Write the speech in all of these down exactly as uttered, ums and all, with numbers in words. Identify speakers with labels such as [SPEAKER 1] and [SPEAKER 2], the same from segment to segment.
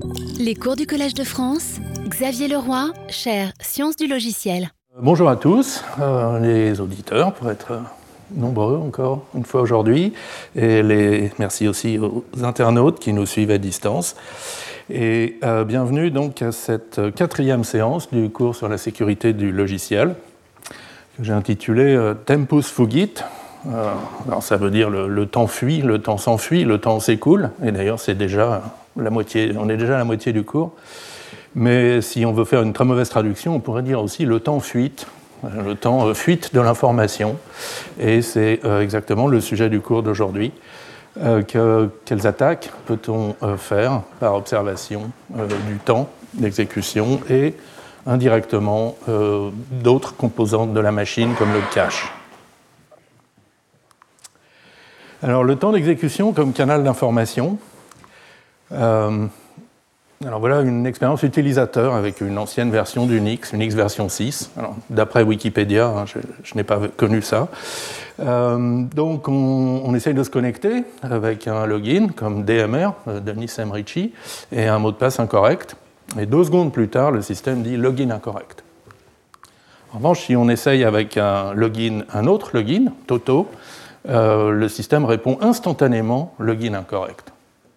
[SPEAKER 1] Les cours du Collège de France, Xavier Leroy, chaire Sciences du logiciel.
[SPEAKER 2] Bonjour à tous, euh, les auditeurs, pour être nombreux encore une fois aujourd'hui, et les... merci aussi aux internautes qui nous suivent à distance. Et euh, bienvenue donc à cette quatrième séance du cours sur la sécurité du logiciel, que j'ai intitulé euh, Tempus Fugit. Euh, alors ça veut dire le, le temps fuit, le temps s'enfuit, le temps s'écoule, et d'ailleurs c'est déjà la moitié, on est déjà à la moitié du cours. Mais si on veut faire une très mauvaise traduction, on pourrait dire aussi le temps fuite, le temps fuite de l'information. Et c'est exactement le sujet du cours d'aujourd'hui. Euh, que, quelles attaques peut-on faire par observation euh, du temps d'exécution et indirectement euh, d'autres composantes de la machine comme le cache. Alors le temps d'exécution comme canal d'information. Euh, Alors voilà une expérience utilisateur avec une ancienne version d'Unix, Unix version six. Alors, d'après Wikipédia, hein, je, je n'ai pas connu ça. Euh, donc on, on essaye de se connecter avec un login comme D M R, euh, Denis M. Ritchie, et un mot de passe incorrect. Et deux secondes plus tard, le système dit login incorrect. En revanche, si on essaye avec un login, un autre login, Toto, euh, le système répond instantanément login incorrect.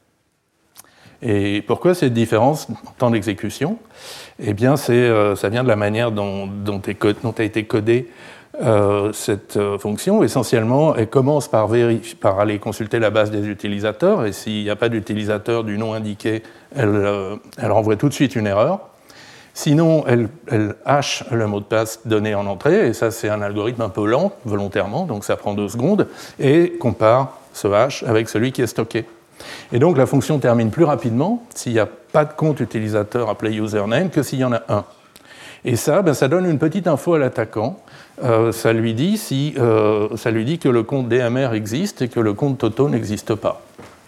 [SPEAKER 2] Et pourquoi cette différence en temps d'exécution ? Eh bien, c'est, euh, ça vient de la manière dont, dont, est, dont a été codée euh, cette euh, fonction. Essentiellement, elle commence par, vérifier, par aller consulter la base des utilisateurs, et s'il n'y a pas d'utilisateur du nom indiqué, elle, euh, elle renvoie tout de suite une erreur. Sinon, elle, elle hache le mot de passe donné en entrée, et ça, c'est un algorithme un peu lent, volontairement, donc ça prend deux secondes, et compare ce hash avec celui qui est stocké. Et donc la fonction termine plus rapidement s'il n'y a pas de compte utilisateur appelé username que s'il y en a un. Et ça, ben, ça donne une petite info à l'attaquant. Euh, ça, lui dit si, euh, ça lui dit que le compte D M R existe et que le compte Toto n'existe pas.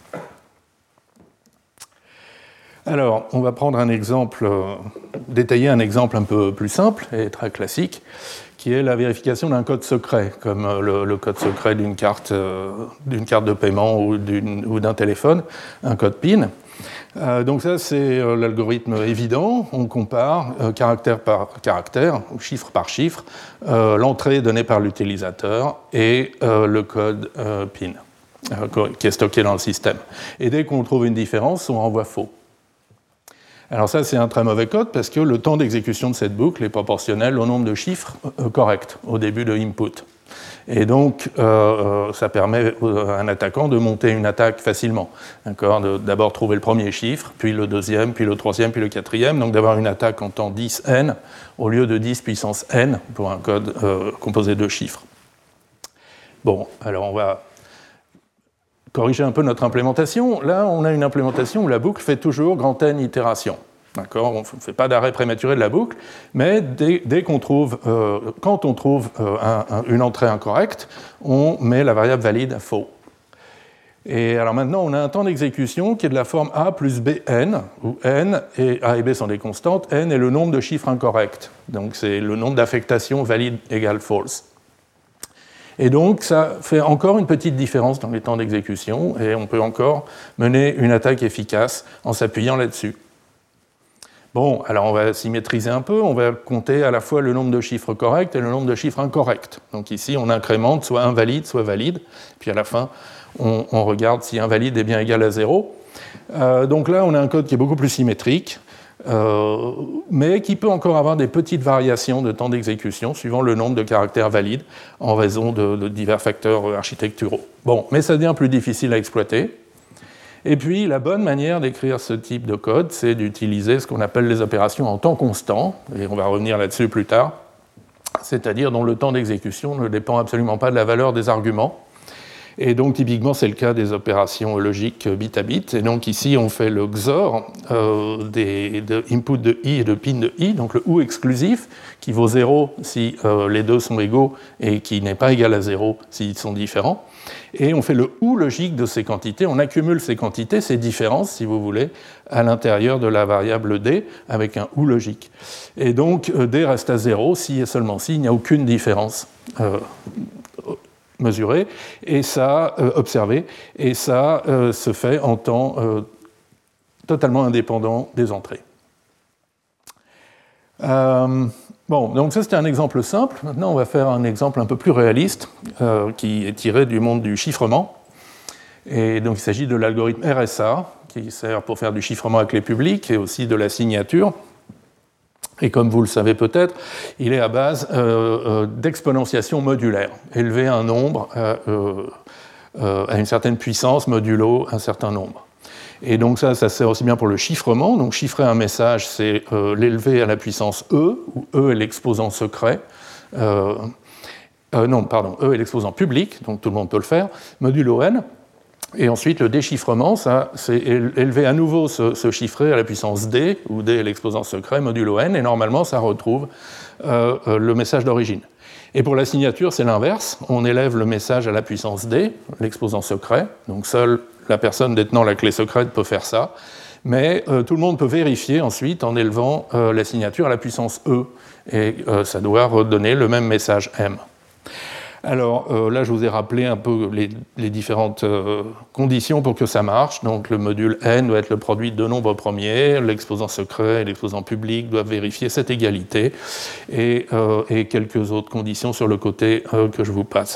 [SPEAKER 2] Alors, on va prendre un exemple, euh, détailler un exemple un peu plus simple et très classique, qui est la vérification d'un code secret, comme le, le code secret d'une carte, euh, d'une carte de paiement ou, d'une, ou d'un téléphone, un code PIN. Euh, donc ça, c'est euh, l'algorithme évident. On compare euh, caractère par caractère, ou chiffre par chiffre, euh, l'entrée donnée par l'utilisateur et euh, le code euh, PIN, euh, qui est stocké dans le système. Et dès qu'on trouve une différence, on renvoie faux. Alors ça, c'est un très mauvais code parce que le temps d'exécution de cette boucle est proportionnel au nombre de chiffres euh, corrects au début de input. Et donc, euh, ça permet à un attaquant de monter une attaque facilement. D'accord ? De, d'abord trouver le premier chiffre, puis le deuxième, puis le troisième, puis le quatrième. Donc d'avoir une attaque en temps dix n au lieu de dix puissance n pour un code euh, composé de chiffres. Bon, alors on va corriger un peu notre implémentation. Là, on a une implémentation où la boucle fait toujours grand N itérations. D'accord ? On ne fait pas d'arrêt prématuré de la boucle, mais dès, dès qu'on trouve, euh, quand on trouve euh, un, un, une entrée incorrecte, on met la variable valide à faux. Et alors maintenant, on a un temps d'exécution qui est de la forme A plus Bn, où N et A et B sont des constantes. N est le nombre de chiffres incorrects. Donc c'est le nombre d'affectations valide égale false. Et donc, ça fait encore une petite différence dans les temps d'exécution, et on peut encore mener une attaque efficace en s'appuyant là-dessus. Bon, alors on va symétriser un peu, on va compter à la fois le nombre de chiffres corrects et le nombre de chiffres incorrects. Donc ici, on incrémente soit invalide, soit valide, puis à la fin, on, on regarde si invalide est bien égal à zéro. Euh, donc là, on a un code qui est beaucoup plus symétrique, Euh, mais qui peut encore avoir des petites variations de temps d'exécution suivant le nombre de caractères valides en raison de, de divers facteurs architecturaux. Bon, mais ça devient plus difficile à exploiter. Et puis, la bonne manière d'écrire ce type de code, c'est d'utiliser ce qu'on appelle les opérations en temps constant, et on va revenir là-dessus plus tard, c'est-à-dire dont le temps d'exécution ne dépend absolument pas de la valeur des arguments. Et donc, typiquement, c'est le cas des opérations logiques bit à bit. Et donc, ici, on fait le X O R euh, des de input de i et de pin de i, donc le ou exclusif, qui vaut zéro si euh, les deux sont égaux et qui n'est pas égal à zéro s'ils sont différents. Et on fait le ou logique de ces quantités. On accumule ces quantités, ces différences, si vous voulez, à l'intérieur de la variable d avec un ou logique. Et donc, d reste à zéro si et seulement si il n'y a aucune différence euh, mesuré, et ça, euh, observé, et ça euh, se fait en temps euh, totalement indépendant des entrées. Euh, bon, donc ça c'était un exemple simple. Maintenant on va faire un exemple un peu plus réaliste euh, qui est tiré du monde du chiffrement. Et donc il s'agit de l'algorithme R S A qui sert pour faire du chiffrement à clé publique et aussi de la signature. Et comme vous le savez peut-être, il est à base euh, euh, d'exponentiation modulaire. Élever un nombre à, euh, euh, à une certaine puissance modulo un certain nombre. Et donc ça, ça sert aussi bien pour le chiffrement. Donc chiffrer un message, c'est euh, l'élever à la puissance E, où E est l'exposant secret. Euh, euh, non, pardon, E est l'exposant public, donc tout le monde peut le faire, modulo n. Et ensuite, le déchiffrement, ça, c'est élever à nouveau ce, ce chiffré à la puissance D, où D est l'exposant secret, modulo n, et normalement, ça retrouve euh, euh, le message d'origine. Et pour la signature, c'est l'inverse. On élève le message à la puissance D, l'exposant secret, donc seule la personne détenant la clé secrète peut faire ça, mais euh, tout le monde peut vérifier ensuite en élevant euh, la signature à la puissance E, et euh, ça doit redonner le même message M. Alors euh, là, je vous ai rappelé un peu les, les différentes euh, conditions pour que ça marche. Donc le module n doit être le produit de deux nombres premiers, l'exposant secret et l'exposant public doivent vérifier cette égalité, et, euh, et quelques autres conditions sur le côté euh, que je vous passe.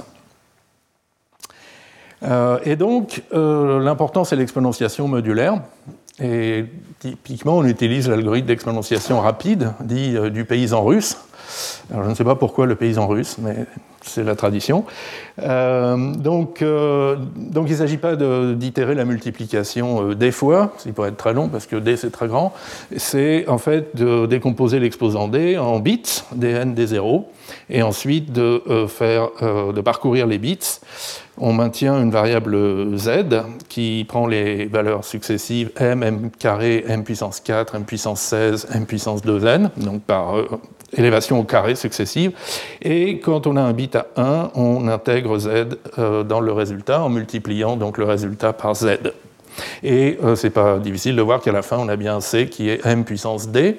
[SPEAKER 2] Euh, et donc, euh, l'important, c'est l'exponentiation modulaire. Et typiquement, on utilise l'algorithme d'exponentiation rapide, dit euh, du paysan russe. Alors, je ne sais pas pourquoi le paysan russe, mais c'est la tradition. Euh, donc, euh, donc, il ne s'agit pas d'itérer la multiplication euh, des fois, ce qui pourrait être très long parce que d c'est très grand. C'est en fait de décomposer l'exposant d en bits, dn, d zéro, et ensuite de, euh, faire, euh, de parcourir les bits. On maintient une variable z qui prend les valeurs successives m, m carré, m puissance quatre, m puissance seize, m puissance deux n, donc par euh, élévation au carré successive. Et quand on a un bit à un, on intègre z euh, dans le résultat en multipliant donc le résultat par z. Et euh, c'est pas difficile de voir qu'à la fin, on a bien un c qui est m puissance d.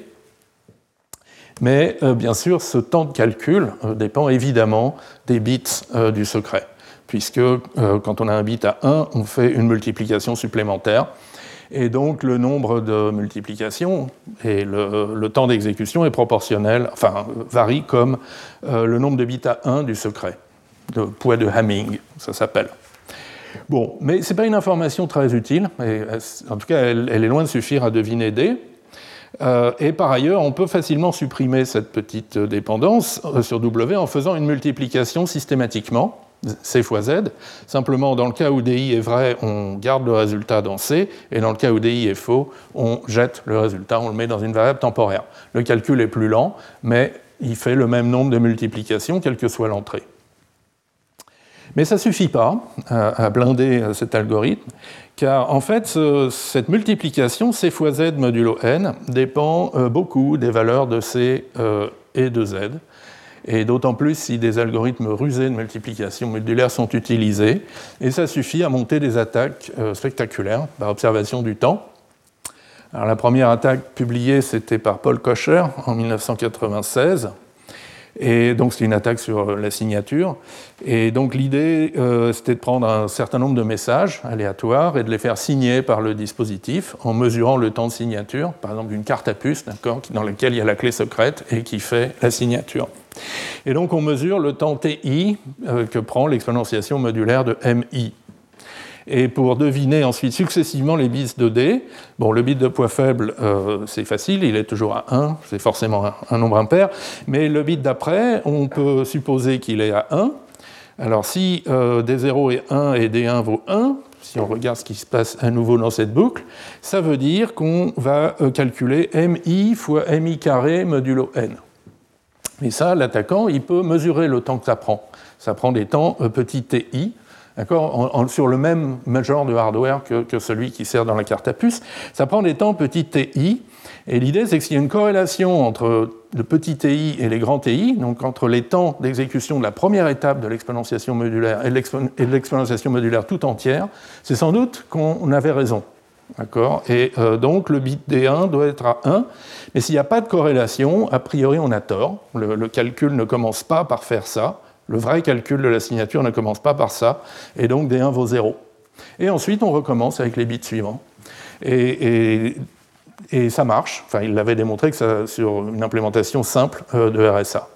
[SPEAKER 2] Mais euh, bien sûr, ce temps de calcul euh, dépend évidemment des bits euh, du secret, puisque euh, quand on a un bit à un, on fait une multiplication supplémentaire. Et donc le nombre de multiplications et le, le temps d'exécution est proportionnel, enfin varie comme euh, le nombre de bits à un du secret, le poids de Hamming, ça s'appelle. Bon, mais ce n'est pas une information très utile, et, en tout cas elle, elle est loin de suffire à deviner D. Euh, et par ailleurs, on peut facilement supprimer cette petite dépendance euh, sur W en faisant une multiplication systématiquement, C fois Z. Simplement, dans le cas où D I est vrai, on garde le résultat dans C, et dans le cas où D I est faux, on jette le résultat, on le met dans une variable temporaire. Le calcul est plus lent, mais il fait le même nombre de multiplications, quelle que soit l'entrée. Mais ça ne suffit pas à blinder cet algorithme, car en fait, ce, cette multiplication C fois Z modulo N dépend beaucoup des valeurs de C et de Z, et d'autant plus si des algorithmes rusés de multiplication modulaire sont utilisés, et ça suffit à monter des attaques spectaculaires par observation du temps. Alors, la première attaque publiée, c'était par Paul Kocher en mille neuf cent quatre-vingt-seize, et donc c'est une attaque sur la signature. Et donc l'idée, euh, c'était de prendre un certain nombre de messages aléatoires et de les faire signer par le dispositif en mesurant le temps de signature, par exemple d'une carte à puce, d'accord, dans laquelle il y a la clé secrète et qui fait la signature. Et donc on mesure le temps Ti euh, que prend l'exponentiation modulaire de M I. Et pour deviner ensuite successivement les bits de D, bon, le bit de poids faible, euh, c'est facile, il est toujours à un, c'est forcément un, un nombre impair, mais le bit d'après, on peut supposer qu'il est à un. Alors si euh, D zéro est un et D un vaut un, si on regarde ce qui se passe à nouveau dans cette boucle, ça veut dire qu'on va euh, calculer M I fois M I carré modulo N. Et ça, l'attaquant, il peut mesurer le temps que ça prend. Ça prend des temps euh, petit Ti, d'accord, en, en, sur le même genre de hardware que, que celui qui sert dans la carte à puce. Ça prend des temps petit Ti, et l'idée c'est que s'il y a une corrélation entre le petit Ti et les grands Ti, donc entre les temps d'exécution de la première étape de l'exponentiation modulaire et de l'exponentiation modulaire tout entière, c'est sans doute qu'on avait raison. D'accord, et euh, donc le bit D un doit être à un, mais s'il n'y a pas de corrélation, a priori on a tort, le, le calcul ne commence pas par faire ça. Le vrai calcul de la signature ne commence pas par ça, et donc D un vaut zéro. Et ensuite, on recommence avec les bits suivants. Et, et, et ça marche. Enfin, il l'avait démontré que ça, sur une implémentation simple euh, de R S A.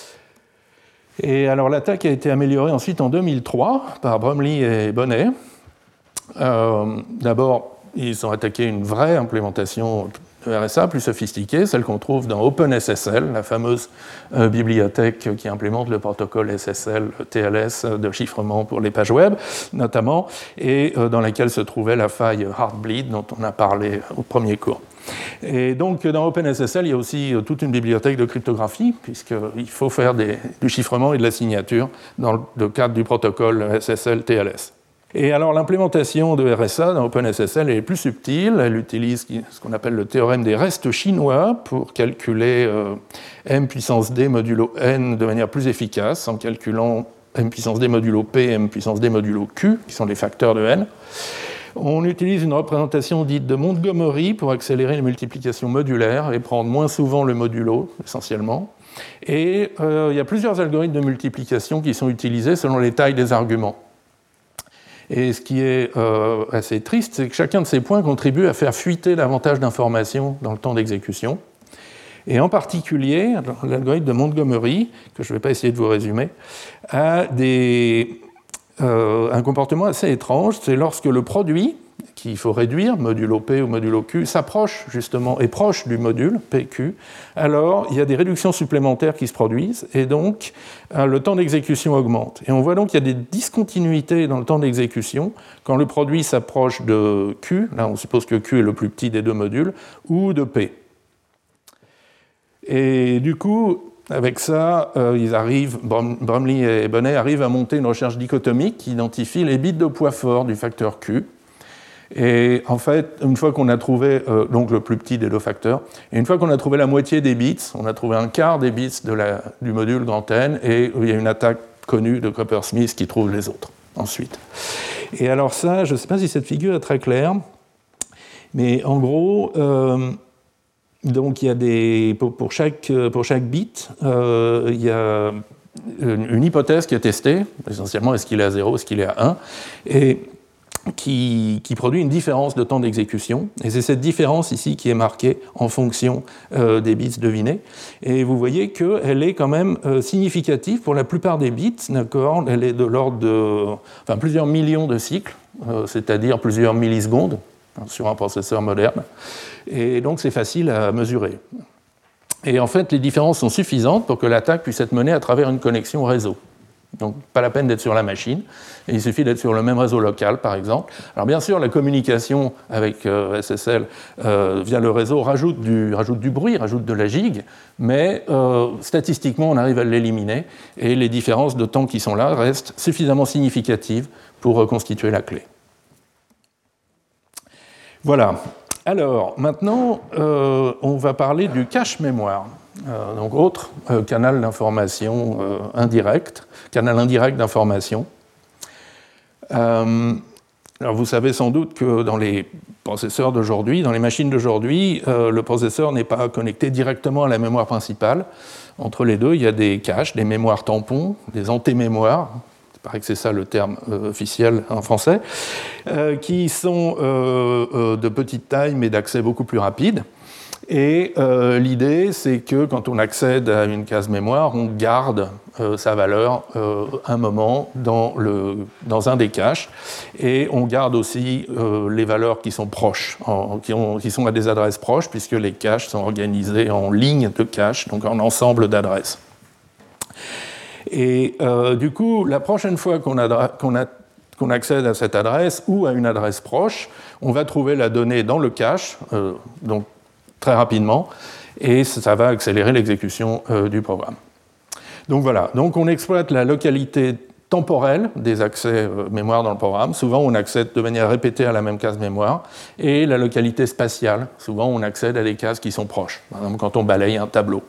[SPEAKER 2] Et alors l'attaque a été améliorée ensuite en deux mille trois par Bromley et Bonnet. Euh, D'abord, ils ont attaqué une vraie implémentation de R S A plus sophistiquée, celle qu'on trouve dans OpenSSL, la fameuse euh, bibliothèque qui implémente le protocole S S L T L S de chiffrement pour les pages web, notamment, et euh, dans laquelle se trouvait la faille Heartbleed dont on a parlé au premier cours. Et donc, dans OpenSSL, il y a aussi toute une bibliothèque de cryptographie, puisqu'il faut faire des, du chiffrement et de la signature dans le cadre du protocole S S L T L S. Et alors, l'implémentation de R S A dans OpenSSL est plus subtile. Elle utilise ce qu'on appelle le théorème des restes chinois pour calculer euh, m puissance d modulo n de manière plus efficace, en calculant m puissance d modulo p et m puissance d modulo q, qui sont les facteurs de n. On utilise une représentation dite de Montgomery pour accélérer les multiplications modulaires et prendre moins souvent le modulo, essentiellement. Et euh, il y a plusieurs algorithmes de multiplication qui sont utilisés selon les tailles des arguments. Et ce qui est euh, assez triste, c'est que chacun de ces points contribue à faire fuiter davantage d'informations dans le temps d'exécution. Et en particulier, l'algorithme de Montgomery, que je ne vais pas essayer de vous résumer, a des... Euh, un comportement assez étrange, c'est lorsque le produit, qu'il faut réduire, modulo P ou modulo Q, s'approche justement, est proche du module P Q, alors il y a des réductions supplémentaires qui se produisent, et donc euh, le temps d'exécution augmente. Et on voit donc qu'il y a des discontinuités dans le temps d'exécution quand le produit s'approche de Q, là on suppose que Q est le plus petit des deux modules, ou de P. Et du coup, avec ça, euh, ils arrivent, Bromley et Bonnet arrivent à monter une recherche dichotomique qui identifie les bits de poids fort du facteur Q. Et en fait, une fois qu'on a trouvé euh, donc le plus petit des deux facteurs, et une fois qu'on a trouvé la moitié des bits, on a trouvé un quart des bits de la, du module grand N, et il y a une attaque connue de Coppersmith qui trouve les autres ensuite. Et alors ça, je ne sais pas si cette figure est très claire, mais en gros... Euh, Donc, il y a des, pour, pour, chaque, pour chaque bit, euh, il y a une, une hypothèse qui est testée, essentiellement est-ce qu'il est à zéro, est-ce qu'il est à un, et qui, qui produit une différence de temps d'exécution. Et c'est cette différence ici qui est marquée en fonction euh, des bits devinés. Et vous voyez qu'elle est quand même euh, significative pour la plupart des bits, d'accord ? Elle est de l'ordre de enfin, plusieurs millions de cycles, euh, c'est-à-dire plusieurs millisecondes sur un processeur moderne. Et donc, c'est facile à mesurer. Et en fait, les différences sont suffisantes pour que l'attaque puisse être menée à travers une connexion réseau. Donc, pas la peine d'être sur la machine. Et il suffit d'être sur le même réseau local, par exemple. Alors, bien sûr, la communication avec euh, S S L euh, via le réseau rajoute du, rajoute du bruit, rajoute de la gigue, mais euh, statistiquement, on arrive à l'éliminer. Et les différences de temps qui sont là restent suffisamment significatives pour reconstituer la clé. Voilà. Alors, maintenant, euh, on va parler du cache-mémoire. Euh, donc, autre euh, canal d'information euh, indirect, canal indirect d'information. Euh, alors, vous savez sans doute que dans les processeurs d'aujourd'hui, dans les machines d'aujourd'hui, euh, le processeur n'est pas connecté directement à la mémoire principale. Entre les deux, il y a des caches, des mémoires tampons, des antémémoires. Il paraît que c'est ça le terme euh, officiel en français, euh, qui sont euh, euh, de petite taille mais d'accès beaucoup plus rapide. Et euh, l'idée, c'est que quand on accède à une case mémoire, on garde euh, sa valeur euh, un moment dans, le, dans un des caches, et on garde aussi euh, les valeurs qui sont proches, en, qui, ont, qui sont à des adresses proches, puisque les caches sont organisées en lignes de caches, donc en ensemble d'adresses. Et euh, du coup, la prochaine fois qu'on, a, qu'on, a, qu'on accède à cette adresse ou à une adresse proche, on va trouver la donnée dans le cache, euh, donc très rapidement, et ça va accélérer l'exécution euh, du programme. Donc voilà, donc on exploite la localité temporelle des accès euh, mémoire dans le programme. Souvent, on accède de manière répétée à la même case mémoire, et la localité spatiale. Souvent, on accède à des cases qui sont proches, par exemple quand on balaye un tableau.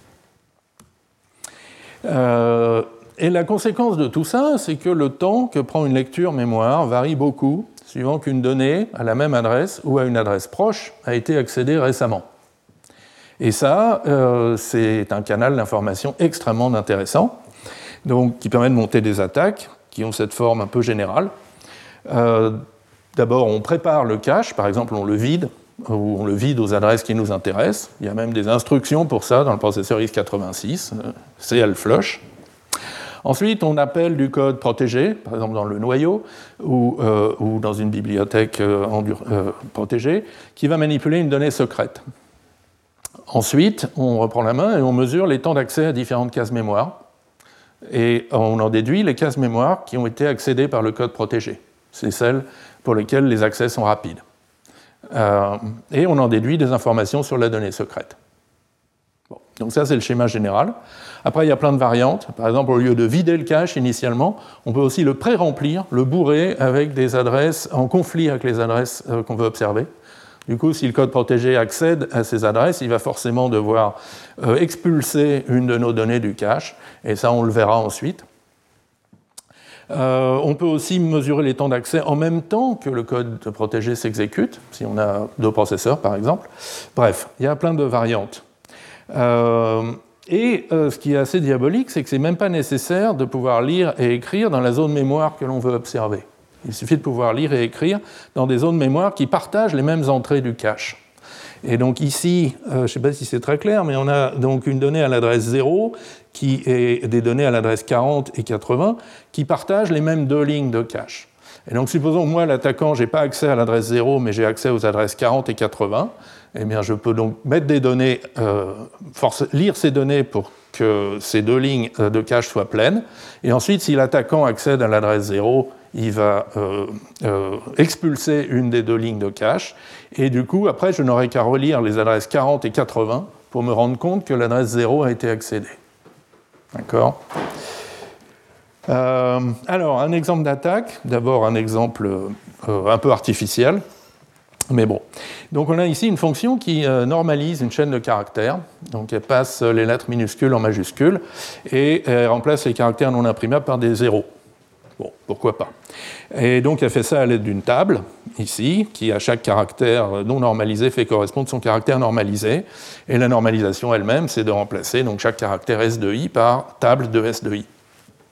[SPEAKER 2] Euh, et la conséquence de tout ça, c'est que le temps que prend une lecture mémoire varie beaucoup, suivant qu'une donnée à la même adresse ou à une adresse proche a été accédée récemment. Et ça, euh, c'est un canal d'information extrêmement intéressant, donc, qui permet de monter des attaques qui ont cette forme un peu générale. Euh, d'abord, on prépare le cache, par exemple, on le vide, ou on le vide aux adresses qui nous intéressent. Il y a même des instructions pour ça dans le processeur x quatre-vingt-six, clflush. Ensuite, on appelle du code protégé, par exemple dans le noyau, ou, euh, ou dans une bibliothèque euh, euh, protégée, qui va manipuler une donnée secrète. Ensuite, on reprend la main et on mesure les temps d'accès à différentes cases mémoire. Et on en déduit les cases mémoire qui ont été accédées par le code protégé. C'est celles pour lesquelles les accès sont rapides. Euh, et on en déduit des informations sur la donnée secrète. Bon. Donc ça, c'est le schéma général. Après, il y a plein de variantes. Par exemple, au lieu de vider le cache initialement, on peut aussi le pré-remplir, le bourrer avec des adresses en conflit avec les adresses euh, qu'on veut observer. Du coup, si le code protégé accède à ces adresses, il va forcément devoir euh, expulser une de nos données du cache, et ça, on le verra ensuite. Euh, on peut aussi mesurer les temps d'accès en même temps que le code protégé s'exécute, si on a deux processeurs, par exemple. Bref, il y a plein de variantes. Euh, et euh, ce qui est assez diabolique, c'est que ce n'est même pas nécessaire de pouvoir lire et écrire dans la zone mémoire que l'on veut observer. Il suffit de pouvoir lire et écrire dans des zones mémoire qui partagent les mêmes entrées du cache. Et donc ici, euh, je ne sais pas si c'est très clair, mais on a donc une donnée à l'adresse zéro qui est des données à l'adresse quarante et quatre-vingts qui partagent les mêmes deux lignes de cache. Et donc supposons que moi, l'attaquant, je n'ai pas accès à l'adresse zéro, mais j'ai accès aux adresses quarante et quatre-vingts. Eh bien, je peux donc mettre des données, euh, force, lire ces données pour que ces deux lignes de cache soient pleines. Et ensuite, si l'attaquant accède à l'adresse zéro, il va euh, euh, expulser une des deux lignes de cache. Et du coup, après, je n'aurai qu'à relire les adresses quarante et quatre-vingts pour me rendre compte que l'adresse zéro a été accédée. D'accord ? euh, Alors, un exemple d'attaque. D'abord, un exemple euh, un peu artificiel. Mais bon. Donc, on a ici une fonction qui euh, normalise une chaîne de caractères. Donc, elle passe les lettres minuscules en majuscules et elle remplace les caractères non imprimables par des zéros. Bon, pourquoi pas. Et donc, elle fait ça à l'aide d'une table, ici, qui à chaque caractère non normalisé fait correspondre son caractère normalisé. Et la normalisation elle-même, c'est de remplacer donc, chaque caractère S de I par table de S de I. D'accord ?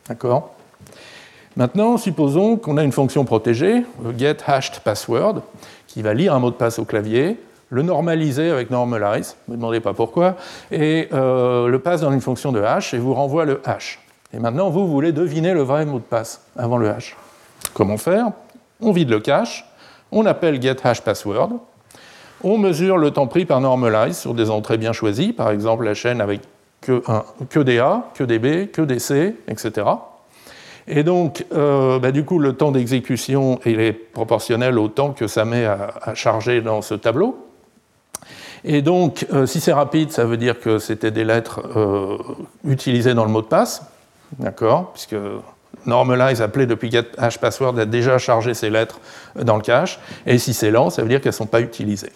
[SPEAKER 2] Maintenant, supposons qu'on a une fonction protégée, getHashedPassword, qui va lire un mot de passe au clavier, le normaliser avec normalize, ne me demandez pas pourquoi, et euh, le passe dans une fonction de hash et vous renvoie le hash. Et maintenant, vous, vous voulez deviner le vrai mot de passe avant le hash. Comment faire ? On vide le cache, on appelle getHashedPassword, on mesure le temps pris par normalize sur des entrées bien choisies, par exemple la chaîne avec que, un, que des A, que des B, que des C, et cetera. Et donc, euh, bah, du coup, le temps d'exécution il est proportionnel au temps que ça met à, à charger dans ce tableau. Et donc, euh, si c'est rapide, ça veut dire que c'était des lettres euh, utilisées dans le mot de passe. D'accord, puisque normalize appelé depuis getHashedPassword a déjà chargé ces lettres dans le cache, et si c'est lent, ça veut dire qu'elles ne sont pas utilisées.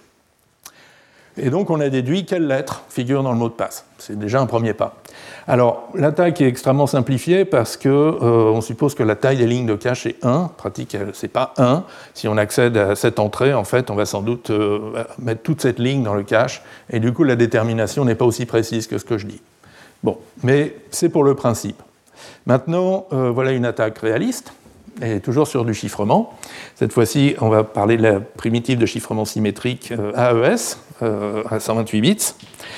[SPEAKER 2] Et donc on a déduit quelles lettres figurent dans le mot de passe. C'est déjà un premier pas. Alors l'attaque est extrêmement simplifiée parce qu'on euh, suppose que la taille des lignes de cache est un, pratique c'est pas un. Si on accède à cette entrée, en fait, on va sans doute euh, mettre toute cette ligne dans le cache, et du coup la détermination n'est pas aussi précise que ce que je dis. Bon, mais c'est pour le principe. Maintenant, euh, voilà une attaque réaliste, et toujours sur du chiffrement. Cette fois-ci, on va parler de la primitive de chiffrement symétrique euh, A E S, euh, à cent vingt-huit bits.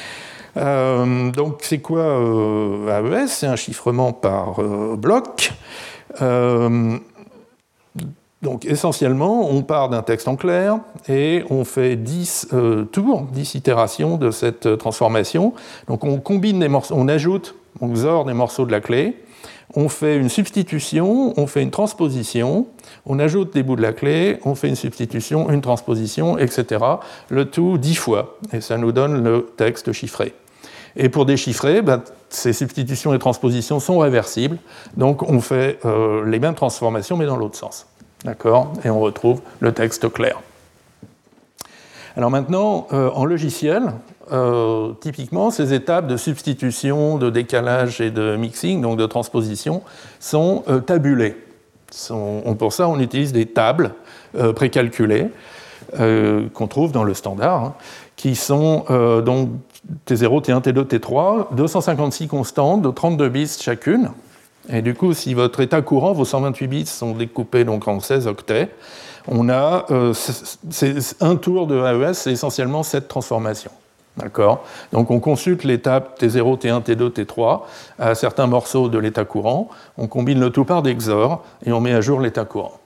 [SPEAKER 2] Euh, donc, c'est quoi euh, A E S ? C'est un chiffrement par euh, bloc. Euh, donc, essentiellement, on part d'un texte en clair et on fait dix euh, tours, dix itérations de cette transformation. Donc, on combine des morceaux, on ajoute, on XOR des morceaux de la clé. On fait une substitution, on fait une transposition, on ajoute des bouts de la clé, on fait une substitution, une transposition, et cetera. Le tout dix fois, et ça nous donne le texte chiffré. Et pour déchiffrer, ben, ces substitutions et transpositions sont réversibles, donc on fait euh, les mêmes transformations, mais dans l'autre sens. D'accord ? Et on retrouve le texte clair. Alors maintenant, euh, en logiciel, euh, typiquement, ces étapes de substitution, de décalage et de mixing, donc de transposition, sont euh, tabulées. Sont, on, pour ça, on utilise des tables euh, précalculées euh, qu'on trouve dans le standard, hein, qui sont euh, donc T zéro, T un, T deux, T trois, deux cent cinquante-six constantes de trente-deux bits chacune. Et du coup, si votre état courant, vos cent vingt-huit bits sont découpés donc en seize octets, on a euh, c'est, un tour de A E S, c'est essentiellement cette transformation. D'accord ? Donc on consulte l'étape T zéro, T un, T deux, T trois à certains morceaux de l'état courant, on combine le tout par des X O R et on met à jour l'état courant.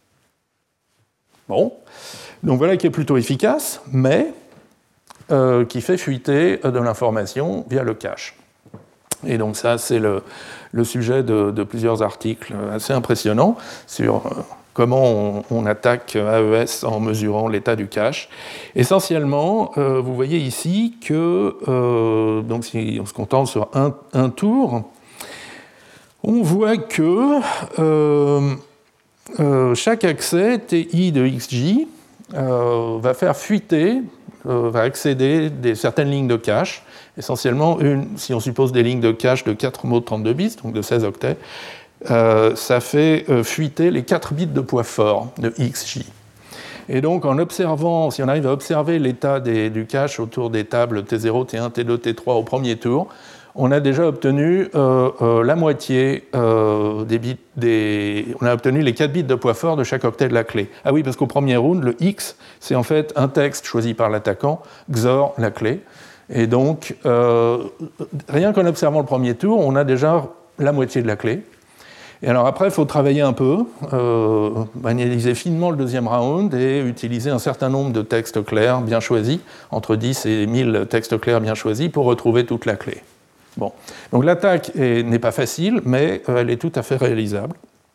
[SPEAKER 2] Bon, donc voilà qui est plutôt efficace, mais euh, qui fait fuiter de l'information via le cache. Et donc ça, c'est le, le sujet de, de plusieurs articles assez impressionnants sur euh, comment on, on attaque A E S en mesurant l'état du cache. Essentiellement, euh, vous voyez ici que, euh, donc si on se contente sur un, un tour, on voit que euh, euh, chaque accès T I de X J euh, va faire fuiter, euh, va accéder des certaines lignes de cache, essentiellement, une, si on suppose des lignes de cache de quatre mots de trente-deux bits, donc de seize octets, euh, ça fait euh, fuiter les quatre bits de poids fort de X J. Et donc, en observant, si on arrive à observer l'état des, du cache autour des tables T zéro, T un, T deux, T trois au premier tour, on a déjà obtenu euh, euh, la moitié euh, des bits, des... on a obtenu les quatre bits de poids fort de chaque octet de la clé. Ah oui, parce qu'au premier round, le X, c'est en fait un texte choisi par l'attaquant, X O R, la clé. Et donc, euh, rien qu'en observant le premier tour, on a déjà la moitié de la clé. Et alors après, il faut travailler un peu, euh, analyser finement le deuxième round et utiliser un certain nombre de textes clairs bien choisis, entre dix et mille textes clairs bien choisis, pour retrouver toute la clé. Bon. Donc l'attaque est, n'est pas facile, mais elle est tout à fait réalisable.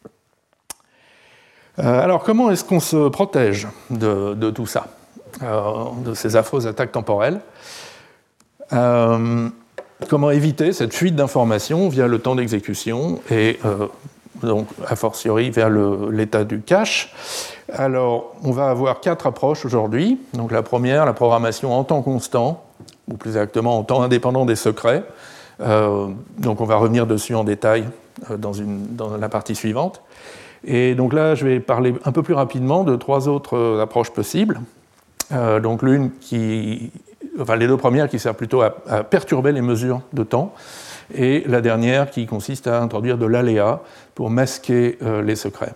[SPEAKER 2] Euh, alors comment est-ce qu'on se protège de, de tout ça, euh, de ces affreuses attaques temporelles ? Euh, comment éviter cette fuite d'informations via le temps d'exécution et euh, donc a fortiori vers le, l'état du cache. Alors, on va avoir quatre approches aujourd'hui. Donc la première, la programmation en temps constant, ou plus exactement en temps indépendant des secrets. Euh, donc on va revenir dessus en détail euh, dans, une, dans la partie suivante. Et donc là, je vais parler un peu plus rapidement de trois autres approches possibles. Euh, donc l'une qui... Enfin, les deux premières qui servent plutôt à, à perturber les mesures de temps, et la dernière qui consiste à introduire de l'aléa pour masquer euh, les secrets.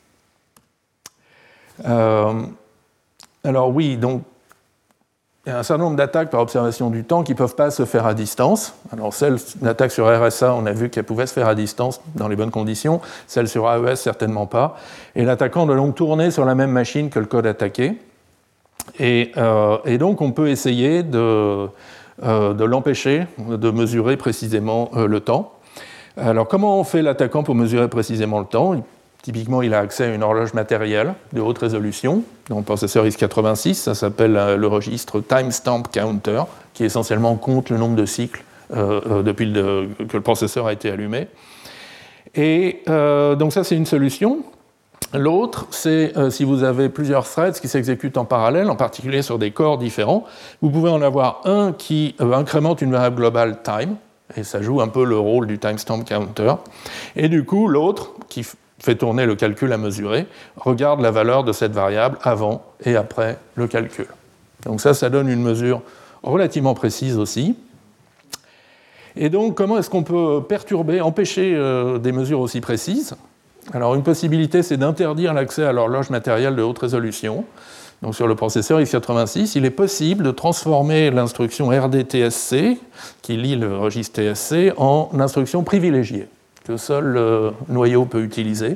[SPEAKER 2] Euh, alors oui, donc il y a un certain nombre d'attaques par observation du temps qui ne peuvent pas se faire à distance. Alors celle, l'attaque sur R S A, on a vu qu'elle pouvait se faire à distance dans les bonnes conditions, celle sur A E S, certainement pas. Et l'attaquant doit donc tourner sur la même machine que le code attaqué. Et, euh, et donc, on peut essayer de, euh, de l'empêcher de mesurer précisément euh, le temps. Alors, comment on fait l'attaquant pour mesurer précisément le temps ? Typiquement, il a accès à une horloge matérielle de haute résolution. Dans le processeur X quatre-vingt-six, ça s'appelle euh, le registre Timestamp Counter, qui essentiellement compte le nombre de cycles euh, euh, depuis le, que le processeur a été allumé. Et euh, donc, ça, c'est une solution. L'autre, c'est euh, si vous avez plusieurs threads qui s'exécutent en parallèle, en particulier sur des corps différents, vous pouvez en avoir un qui euh, incrémente une variable globale time, et ça joue un peu le rôle du timestamp counter, et du coup, l'autre, qui f- fait tourner le calcul à mesurer, regarde la valeur de cette variable avant et après le calcul. Donc ça, ça donne une mesure relativement précise aussi. Et donc, comment est-ce qu'on peut perturber, empêcher euh, des mesures aussi précises ? Alors, une possibilité, c'est d'interdire l'accès à l'horloge matérielle de haute résolution. Donc, sur le processeur X quatre-vingt-six, il est possible de transformer l'instruction R D T S C, qui lit le registre T S C, en instruction privilégiée, que seul le noyau peut utiliser.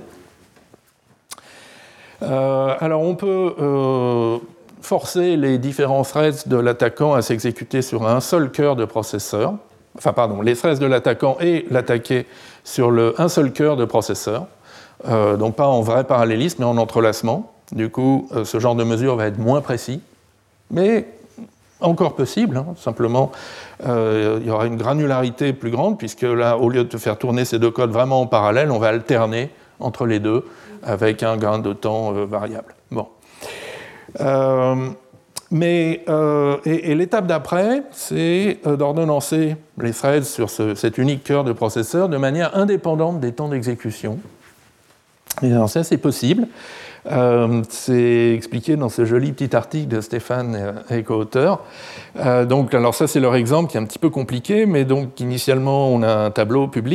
[SPEAKER 2] Euh, alors, on peut euh, forcer les différents threads de l'attaquant à s'exécuter sur un seul cœur de processeur. Enfin, pardon, les threads de l'attaquant et l'attaqué sur le, un seul cœur de processeur. Euh, donc pas en vrai parallélisme, mais en entrelacement. Du coup, euh, ce genre de mesure va être moins précis, mais encore possible. Hein. Simplement, euh, il y aura une granularité plus grande, puisque là, au lieu de faire tourner ces deux codes vraiment en parallèle, on va alterner entre les deux avec un gain de temps euh, variable. Bon. Euh, mais, euh, et, et l'étape d'après, c'est euh, d'ordonnancer les threads sur ce, cet unique cœur de processeur de manière indépendante des temps d'exécution. Et alors ça, c'est possible. Euh, c'est expliqué dans ce joli petit article de Stéphane et co-auteur. Euh, donc, alors ça, c'est leur exemple qui est un petit peu compliqué, mais donc initialement, on a un tableau public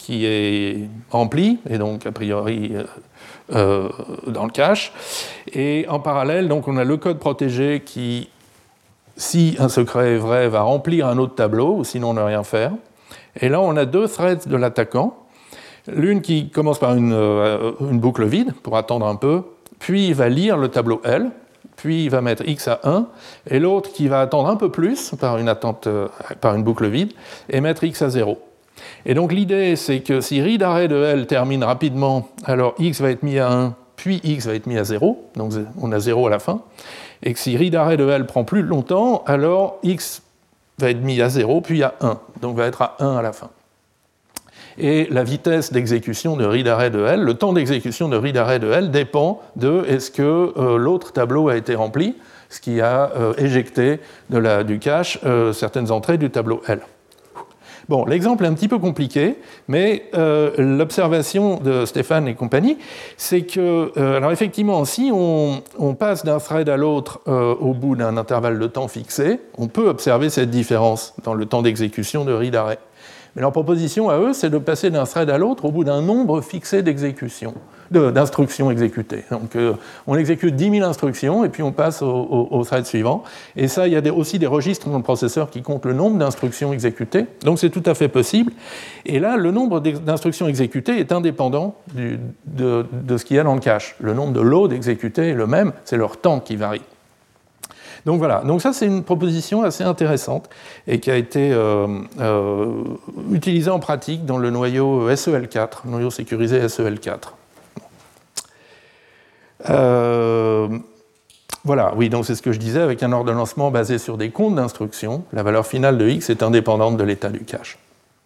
[SPEAKER 2] qui est rempli, et donc a priori euh, euh, dans le cache. Et en parallèle, donc, on a le code protégé qui, si un secret est vrai, va remplir un autre tableau, ou sinon ne rien faire. Et là, on a deux threads de l'attaquant. L'une qui commence par une, euh, une boucle vide, pour attendre un peu, puis il va lire le tableau L, puis il va mettre x à un, et l'autre qui va attendre un peu plus, par une, attente, euh, par une boucle vide, et mettre x à zéro. Et donc l'idée, c'est que si read array de L termine rapidement, alors x va être mis à un, puis x va être mis à zéro, donc on a zéro à la fin, et que si read array de L prend plus longtemps, alors x va être mis à zéro, puis à un, donc va être à un à la fin. Et la vitesse d'exécution de read array de L, le temps d'exécution de read array de L dépend de est-ce que euh, l'autre tableau a été rempli, ce qui a euh, éjecté de la, du cache euh, certaines entrées du tableau L. Bon, l'exemple est un petit peu compliqué, mais euh, l'observation de Stéphane et compagnie, c'est que, euh, alors effectivement, si on, on passe d'un thread à l'autre euh, au bout d'un intervalle de temps fixé, on peut observer cette différence dans le temps d'exécution de read array. Mais leur proposition à eux, c'est de passer d'un thread à l'autre au bout d'un nombre fixé d'exécutions, d'instructions exécutées. Donc euh, on exécute dix mille instructions et puis on passe au, au, au thread suivant. Et ça, il y a des, aussi des registres dans le processeur qui comptent le nombre d'instructions exécutées. Donc c'est tout à fait possible. Et là, le nombre d'instructions exécutées est indépendant du, de, de ce qu'il y a dans le cache. Le nombre de loads exécutés est le même, c'est leur temps qui varie. Donc voilà, donc ça c'est une proposition assez intéressante et qui a été euh, euh, utilisée en pratique dans le noyau S E L quatre, noyau sécurisé S E L quatre. Euh, voilà, oui, donc c'est ce que je disais, avec un ordonnancement basé sur des comptes d'instructions, la valeur finale de x est indépendante de l'état du cache.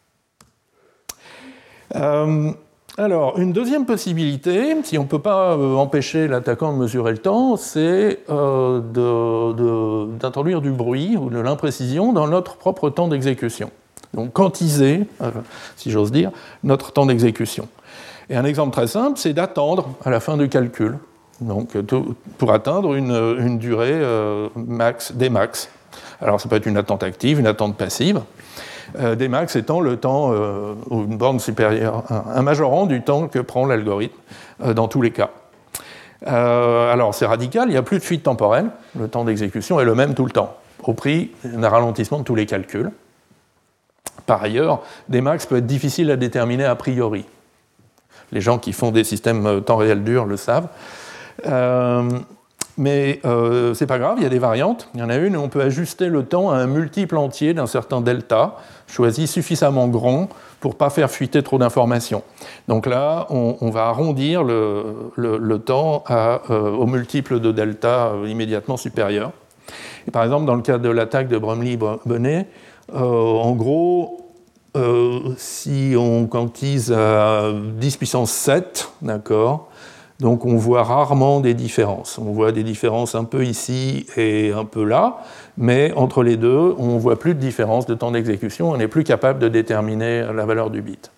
[SPEAKER 2] Euh, Alors, une deuxième possibilité, si on ne peut pas euh, empêcher l'attaquant de mesurer le temps, c'est euh, de, de, d'introduire du bruit ou de l'imprécision dans notre propre temps d'exécution. Donc, quantiser, euh, si j'ose dire, notre temps d'exécution. Et un exemple très simple, c'est d'attendre à la fin du calcul, donc, tout, pour atteindre une, une durée euh, max, des max. Alors, ça peut être une attente active, une attente passive. Euh, des max étant le temps, euh, ou une borne supérieure, un, un majorant du temps que prend l'algorithme euh, dans tous les cas. Euh, alors c'est radical, il n'y a plus de fuite temporelle, le temps d'exécution est le même tout le temps, au prix d'un ralentissement de tous les calculs. Par ailleurs, des max peut être difficile à déterminer a priori. Les gens qui font des systèmes temps réel dur le savent. Euh, Mais euh, c'est pas grave, il y a des variantes. Il y en a une où on peut ajuster le temps à un multiple entier d'un certain delta, choisi suffisamment grand pour ne pas faire fuiter trop d'informations. Donc là, on, on va arrondir le, le, le temps à, euh, au multiple de delta euh, immédiatement supérieur. Et par exemple, dans le cas de l'attaque de Bromley-Bonnet, euh, en gros, euh, si on quantise à dix puissance sept, d'accord, donc on voit rarement des différences. On voit des différences un peu ici et un peu là, mais entre les deux, on ne voit plus de différence de temps d'exécution, on n'est plus capable de déterminer la valeur du bit.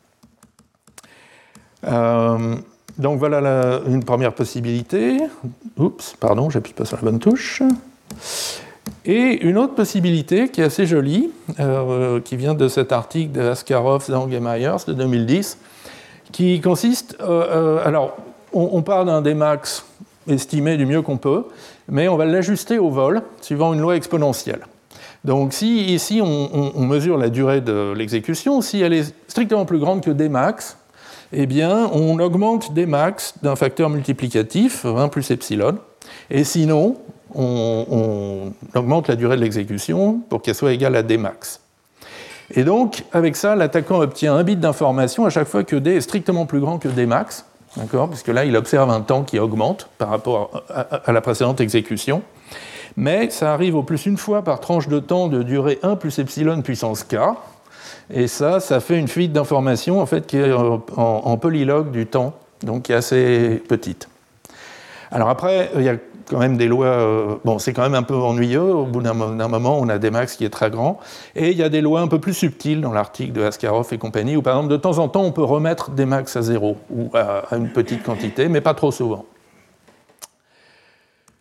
[SPEAKER 2] Euh, donc voilà la, une première possibilité. Oups, pardon, j'appuie pas sur la bonne touche. Et une autre possibilité qui est assez jolie, euh, qui vient de cet article de Askarov, Zhang et Myers de deux mille dix, qui consiste... Euh, euh, alors, on part d'un Dmax estimé du mieux qu'on peut, mais on va l'ajuster au vol, suivant une loi exponentielle. Donc si ici on, on, on mesure la durée de l'exécution, si elle est strictement plus grande que Dmax, eh bien on augmente Dmax d'un facteur multiplicatif, un plus epsilon, et sinon on, on augmente la durée de l'exécution pour qu'elle soit égale à Dmax. Et donc avec ça, l'attaquant obtient un bit d'information à chaque fois que D est strictement plus grand que Dmax, d'accord, puisque là, il observe un temps qui augmente par rapport à, à, à la précédente exécution. Mais ça arrive au plus une fois par tranche de temps de durée un plus epsilon puissance k. Et ça, ça fait une fuite d'informations en fait, qui est en, en polylog du temps, donc qui est assez petite. Alors après, il y a quand même des lois... Euh, bon, c'est quand même un peu ennuyeux. Au bout d'un, d'un moment, on a des max qui est très grand. Et il y a des lois un peu plus subtiles dans l'article de Askarov et compagnie, où par exemple, de temps en temps, on peut remettre des max à zéro, ou à, à une petite quantité, mais pas trop souvent.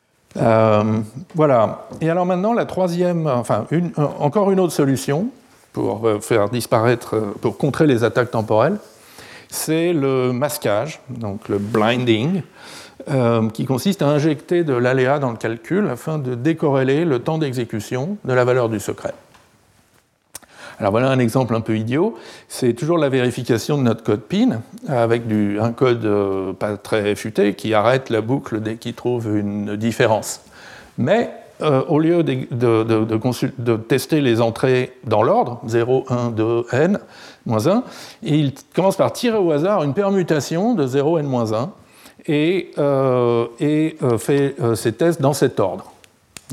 [SPEAKER 2] Euh, voilà. Et alors maintenant, la troisième... Enfin, une, encore une autre solution, pour faire disparaître, pour contrer les attaques temporelles, c'est le masquage, donc le blinding, euh, qui consiste à injecter de l'aléa dans le calcul afin de décorréler le temps d'exécution de la valeur du secret. Alors voilà un exemple un peu idiot, c'est toujours la vérification de notre code P I N avec du, un code euh, pas très futé qui arrête la boucle dès qu'il trouve une différence. Mais euh, au lieu de, de, de, de, consult, de tester les entrées dans l'ordre, zéro, un, deux, n, moins un, il commence par tirer au hasard une permutation de zéro, n, moins un et, euh, et euh, fait euh, ses tests dans cet ordre. D'accord ?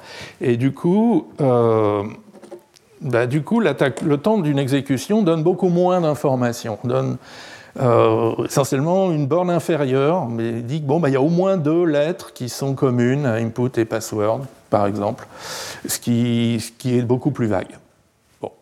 [SPEAKER 2] Et du coup... Euh, Bah, du coup, le temps d'une exécution donne beaucoup moins d'informations, donne euh, essentiellement une borne inférieure, mais il dit qu'il bon, bah, y a au moins deux lettres qui sont communes à input et password, par exemple, ce qui, ce qui est beaucoup plus vague. Bon.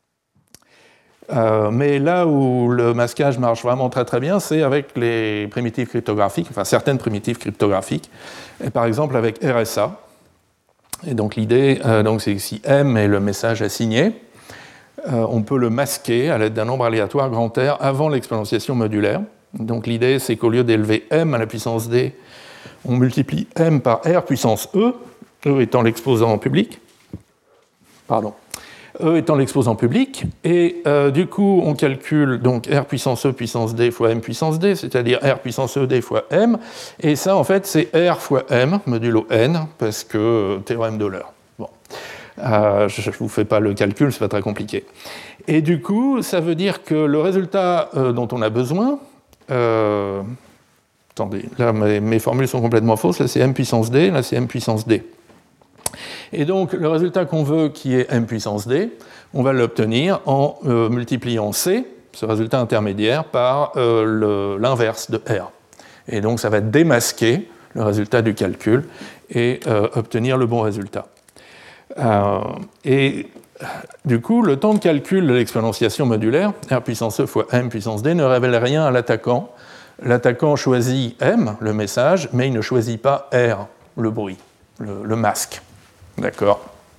[SPEAKER 2] Euh, mais là où le masquage marche vraiment très très bien, c'est avec les primitives cryptographiques, enfin certaines primitives cryptographiques, et par exemple avec R S A. Et donc l'idée, euh, donc, c'est que si M est le message assigné, euh, on peut le masquer à l'aide d'un nombre aléatoire grand R avant l'exponentiation modulaire. Donc l'idée, c'est qu'au lieu d'élever M à la puissance D, on multiplie M par R puissance E, E étant l'exposant public, pardon, E étant l'exposant public, et euh, du coup, on calcule donc R puissance E puissance D fois M puissance D, c'est-à-dire R puissance E D fois M, et ça, en fait, c'est R fois M, modulo N, parce que euh, théorème d'Euler. Bon. Euh, je ne vous fais pas le calcul, c'est pas très compliqué. Et du coup, ça veut dire que le résultat euh, dont on a besoin... Euh, attendez, là, mes, mes formules sont complètement fausses, là, c'est M puissance D, là, c'est M puissance D. Et donc, le résultat qu'on veut, qui est M puissance D, on va l'obtenir en euh, multipliant C, ce résultat intermédiaire, par euh, l'inverse de R. Et donc, ça va démasquer le résultat du calcul et euh, obtenir le bon résultat. Euh, et du coup, le temps de calcul de l'exponentiation modulaire, R puissance E fois M puissance D, ne révèle rien à l'attaquant. L'attaquant choisit M, le message, mais il ne choisit pas R, le bruit, le, le masque. D'accord.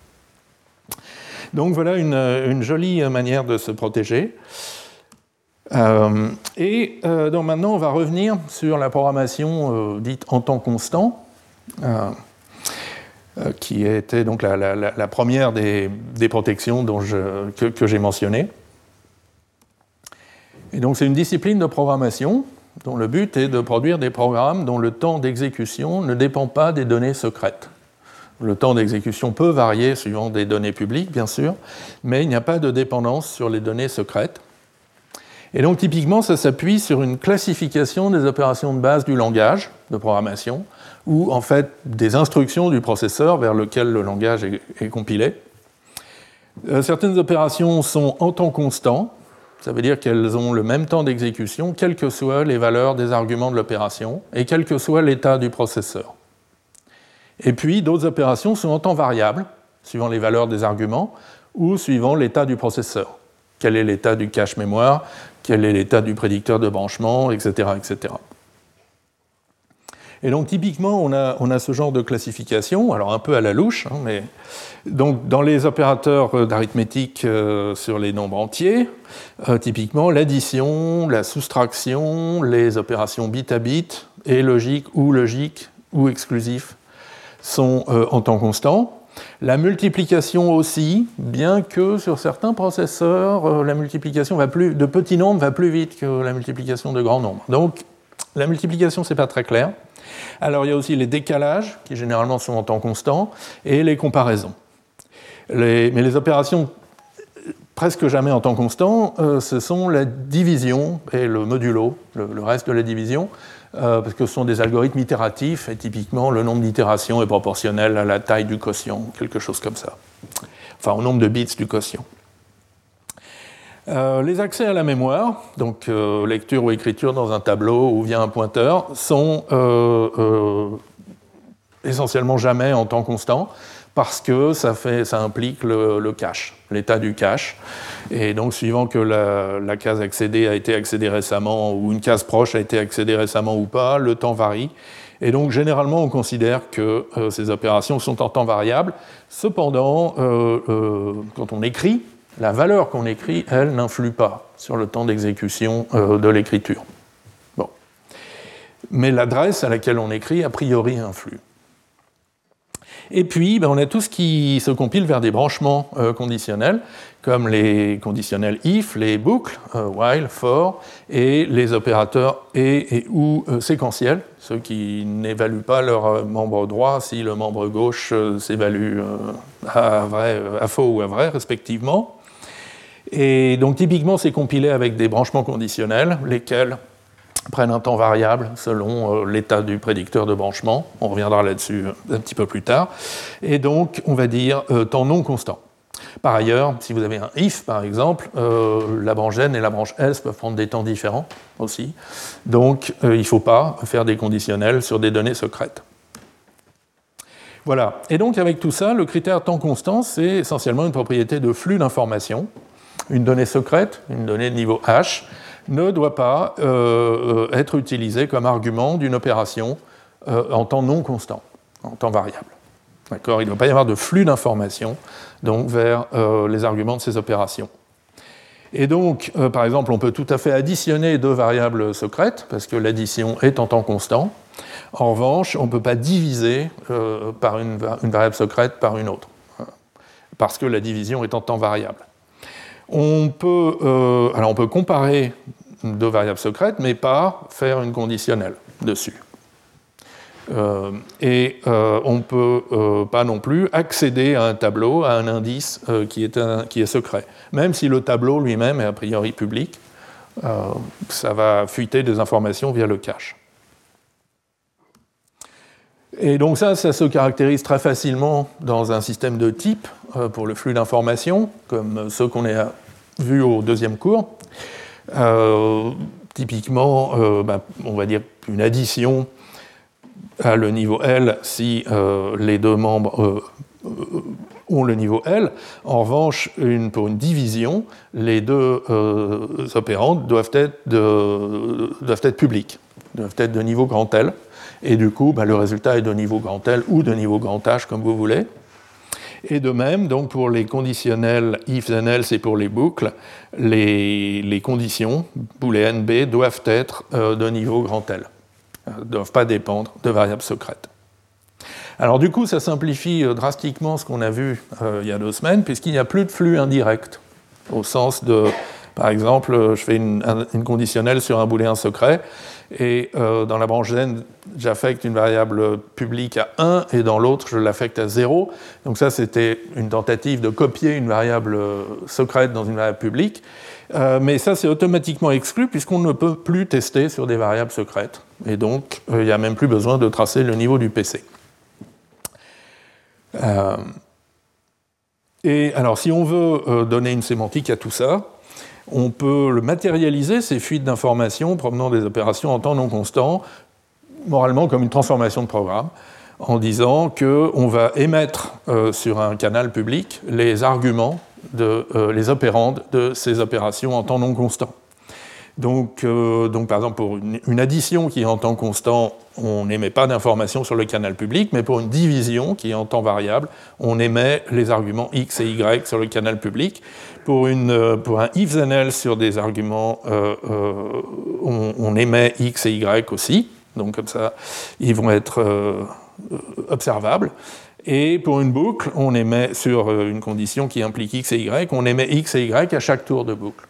[SPEAKER 2] Donc voilà une, une jolie manière de se protéger. Euh, et euh, donc maintenant, on va revenir sur la programmation euh, dite en temps constant, euh, euh, qui était donc la, la, la première des, des protections dont je, que, que j'ai mentionnées. Et donc c'est une discipline de programmation dont le but est de produire des programmes dont le temps d'exécution ne dépend pas des données secrètes. Le temps d'exécution peut varier suivant des données publiques, bien sûr, mais il n'y a pas de dépendance sur les données secrètes. Et donc, typiquement, ça s'appuie sur une classification des opérations de base du langage de programmation, ou en fait des instructions du processeur vers lequel le langage est, est compilé. Euh, certaines opérations sont en temps constant, ça veut dire qu'elles ont le même temps d'exécution, quelles que soient les valeurs des arguments de l'opération, et quel que soit l'état du processeur. Et puis, d'autres opérations sont en temps variable, suivant les valeurs des arguments, ou suivant l'état du processeur. Quel est l'état du cache mémoire, quel est l'état du prédicteur de branchement, et cetera, et cetera. Et donc, typiquement, on a, on a ce genre de classification, alors un peu à la louche, hein, mais donc, dans les opérateurs d'arithmétique euh, sur les nombres entiers, euh, typiquement, l'addition, la soustraction, les opérations bit à bit, et logique ou logique ou exclusif, sont euh, en temps constant. La multiplication aussi, bien que sur certains processeurs, euh, la multiplication va plus, de petits nombres va plus vite que la multiplication de grands nombres. Donc, la multiplication, ce n'est pas très clair. Alors, il y a aussi les décalages, qui généralement sont en temps constant, et les comparaisons. Les, mais les opérations presque jamais en temps constant, euh, ce sont la division et le modulo, le, le reste de la division, Euh, parce que ce sont des algorithmes itératifs, et typiquement, le nombre d'itérations est proportionnel à la taille du quotient, quelque chose comme ça. Enfin, au nombre de bits du quotient. Euh, les accès à la mémoire, donc euh, lecture ou écriture dans un tableau ou via un pointeur, sont euh, euh, essentiellement jamais en temps constant, parce que ça, fait, ça implique le, le cache, l'état du cache. Et donc, suivant que la, la case accédée a été accédée récemment, ou une case proche a été accédée récemment ou pas, le temps varie. Et donc, généralement, on considère que euh, ces opérations sont en temps variable. Cependant, euh, euh, quand on écrit, La valeur qu'on écrit, elle, n'influe pas sur le temps d'exécution euh, de l'écriture. Bon. Mais l'adresse à laquelle on écrit, a priori, influe. Et puis, ben, on a tout ce qui se compile vers des branchements euh, conditionnels, comme les conditionnels if, les boucles, euh, while, for, et les opérateurs et, et ou euh, séquentiels, ceux qui n'évaluent pas leur membre droit si le membre gauche euh, s'évalue euh, à, vrai, à faux ou à vrai, respectivement. Et donc, typiquement, c'est compilé avec des branchements conditionnels, lesquels prennent un temps variable selon euh, l'état du prédicteur de branchement. On reviendra là-dessus un petit peu plus tard. Et donc, on va dire euh, temps non constant. Par ailleurs, si vous avez un if, par exemple, euh, la branche n et la branche else peuvent prendre des temps différents aussi. Donc, euh, il ne faut pas faire des conditionnels sur des données secrètes. Voilà. Et donc, avec tout ça, le critère temps constant, c'est essentiellement une propriété de flux d'informations. Une donnée secrète, une donnée de niveau H, ne doit pas euh, être utilisée comme argument d'une opération euh, en temps non constant, en temps variable. D'accord ? Il ne doit pas y avoir de flux d'informations donc, vers euh, les arguments de ces opérations. Et donc, euh, par exemple, on peut tout à fait additionner deux variables secrètes, parce que l'addition est en temps constant. En revanche, on ne peut pas diviser euh, par une, une variable secrète par une autre, parce que la division est en temps variable. On peut, euh, alors on peut comparer deux variables secrètes, mais pas faire une conditionnelle dessus. Euh, et euh, on ne peut euh, pas non plus accéder à un tableau, à un indice euh, qui, est un, qui est secret. Même si le tableau lui-même est a priori public, euh, ça va fuiter des informations via le cache. Et donc ça, ça se caractérise très facilement dans un système de type euh, pour le flux d'informations, comme ceux qu'on a vus au deuxième cours. Euh, typiquement, euh, ben, on va dire une addition à le niveau L si euh, les deux membres euh, ont le niveau L. En revanche, une, pour une division, les deux euh, opérandes doivent être, de, doivent être publiques, doivent être de niveau grand L. Et du coup, ben, le résultat est de niveau grand L ou de niveau grand H, comme vous voulez. Et de même, donc, pour les conditionnels if and else et pour les boucles, les, les conditions, booléennes B, doivent être euh, de niveau grand L, ne doivent pas dépendre de variables secrètes. Alors du coup, ça simplifie euh, drastiquement ce qu'on a vu euh, il y a deux semaines, puisqu'il n'y a plus de flux indirect, au sens de, par exemple, je fais une, un, une conditionnelle sur un booléen secret, et euh, dans la branche n, j'affecte une variable publique à un, et dans l'autre, je l'affecte à zéro. Donc ça, c'était une tentative de copier une variable secrète dans une variable publique. Euh, mais ça, c'est automatiquement exclu, puisqu'on ne peut plus tester sur des variables secrètes. Et donc, euh, il n'y a même plus besoin de tracer le niveau du P C. Euh, et alors, si on veut euh, donner une sémantique à tout ça, on peut le matérialiser, ces fuites d'informations provenant des opérations en temps non constant, moralement comme une transformation de programme, en disant qu'on va émettre euh, sur un canal public les arguments, de, euh, les opérandes de ces opérations en temps non constant. Donc, euh, donc par exemple, pour une, une addition qui est en temps constant, on n'émet pas d'informations sur le canal public, mais pour une division qui est en temps variable, on émet les arguments x et y sur le canal public. Pour, une, pour un if and else sur des arguments, euh, euh, on, on émet x et y aussi, donc comme ça, ils vont être euh, observables. Et pour une boucle, on émet sur une condition qui implique x et y, on émet x et y à chaque tour de boucle.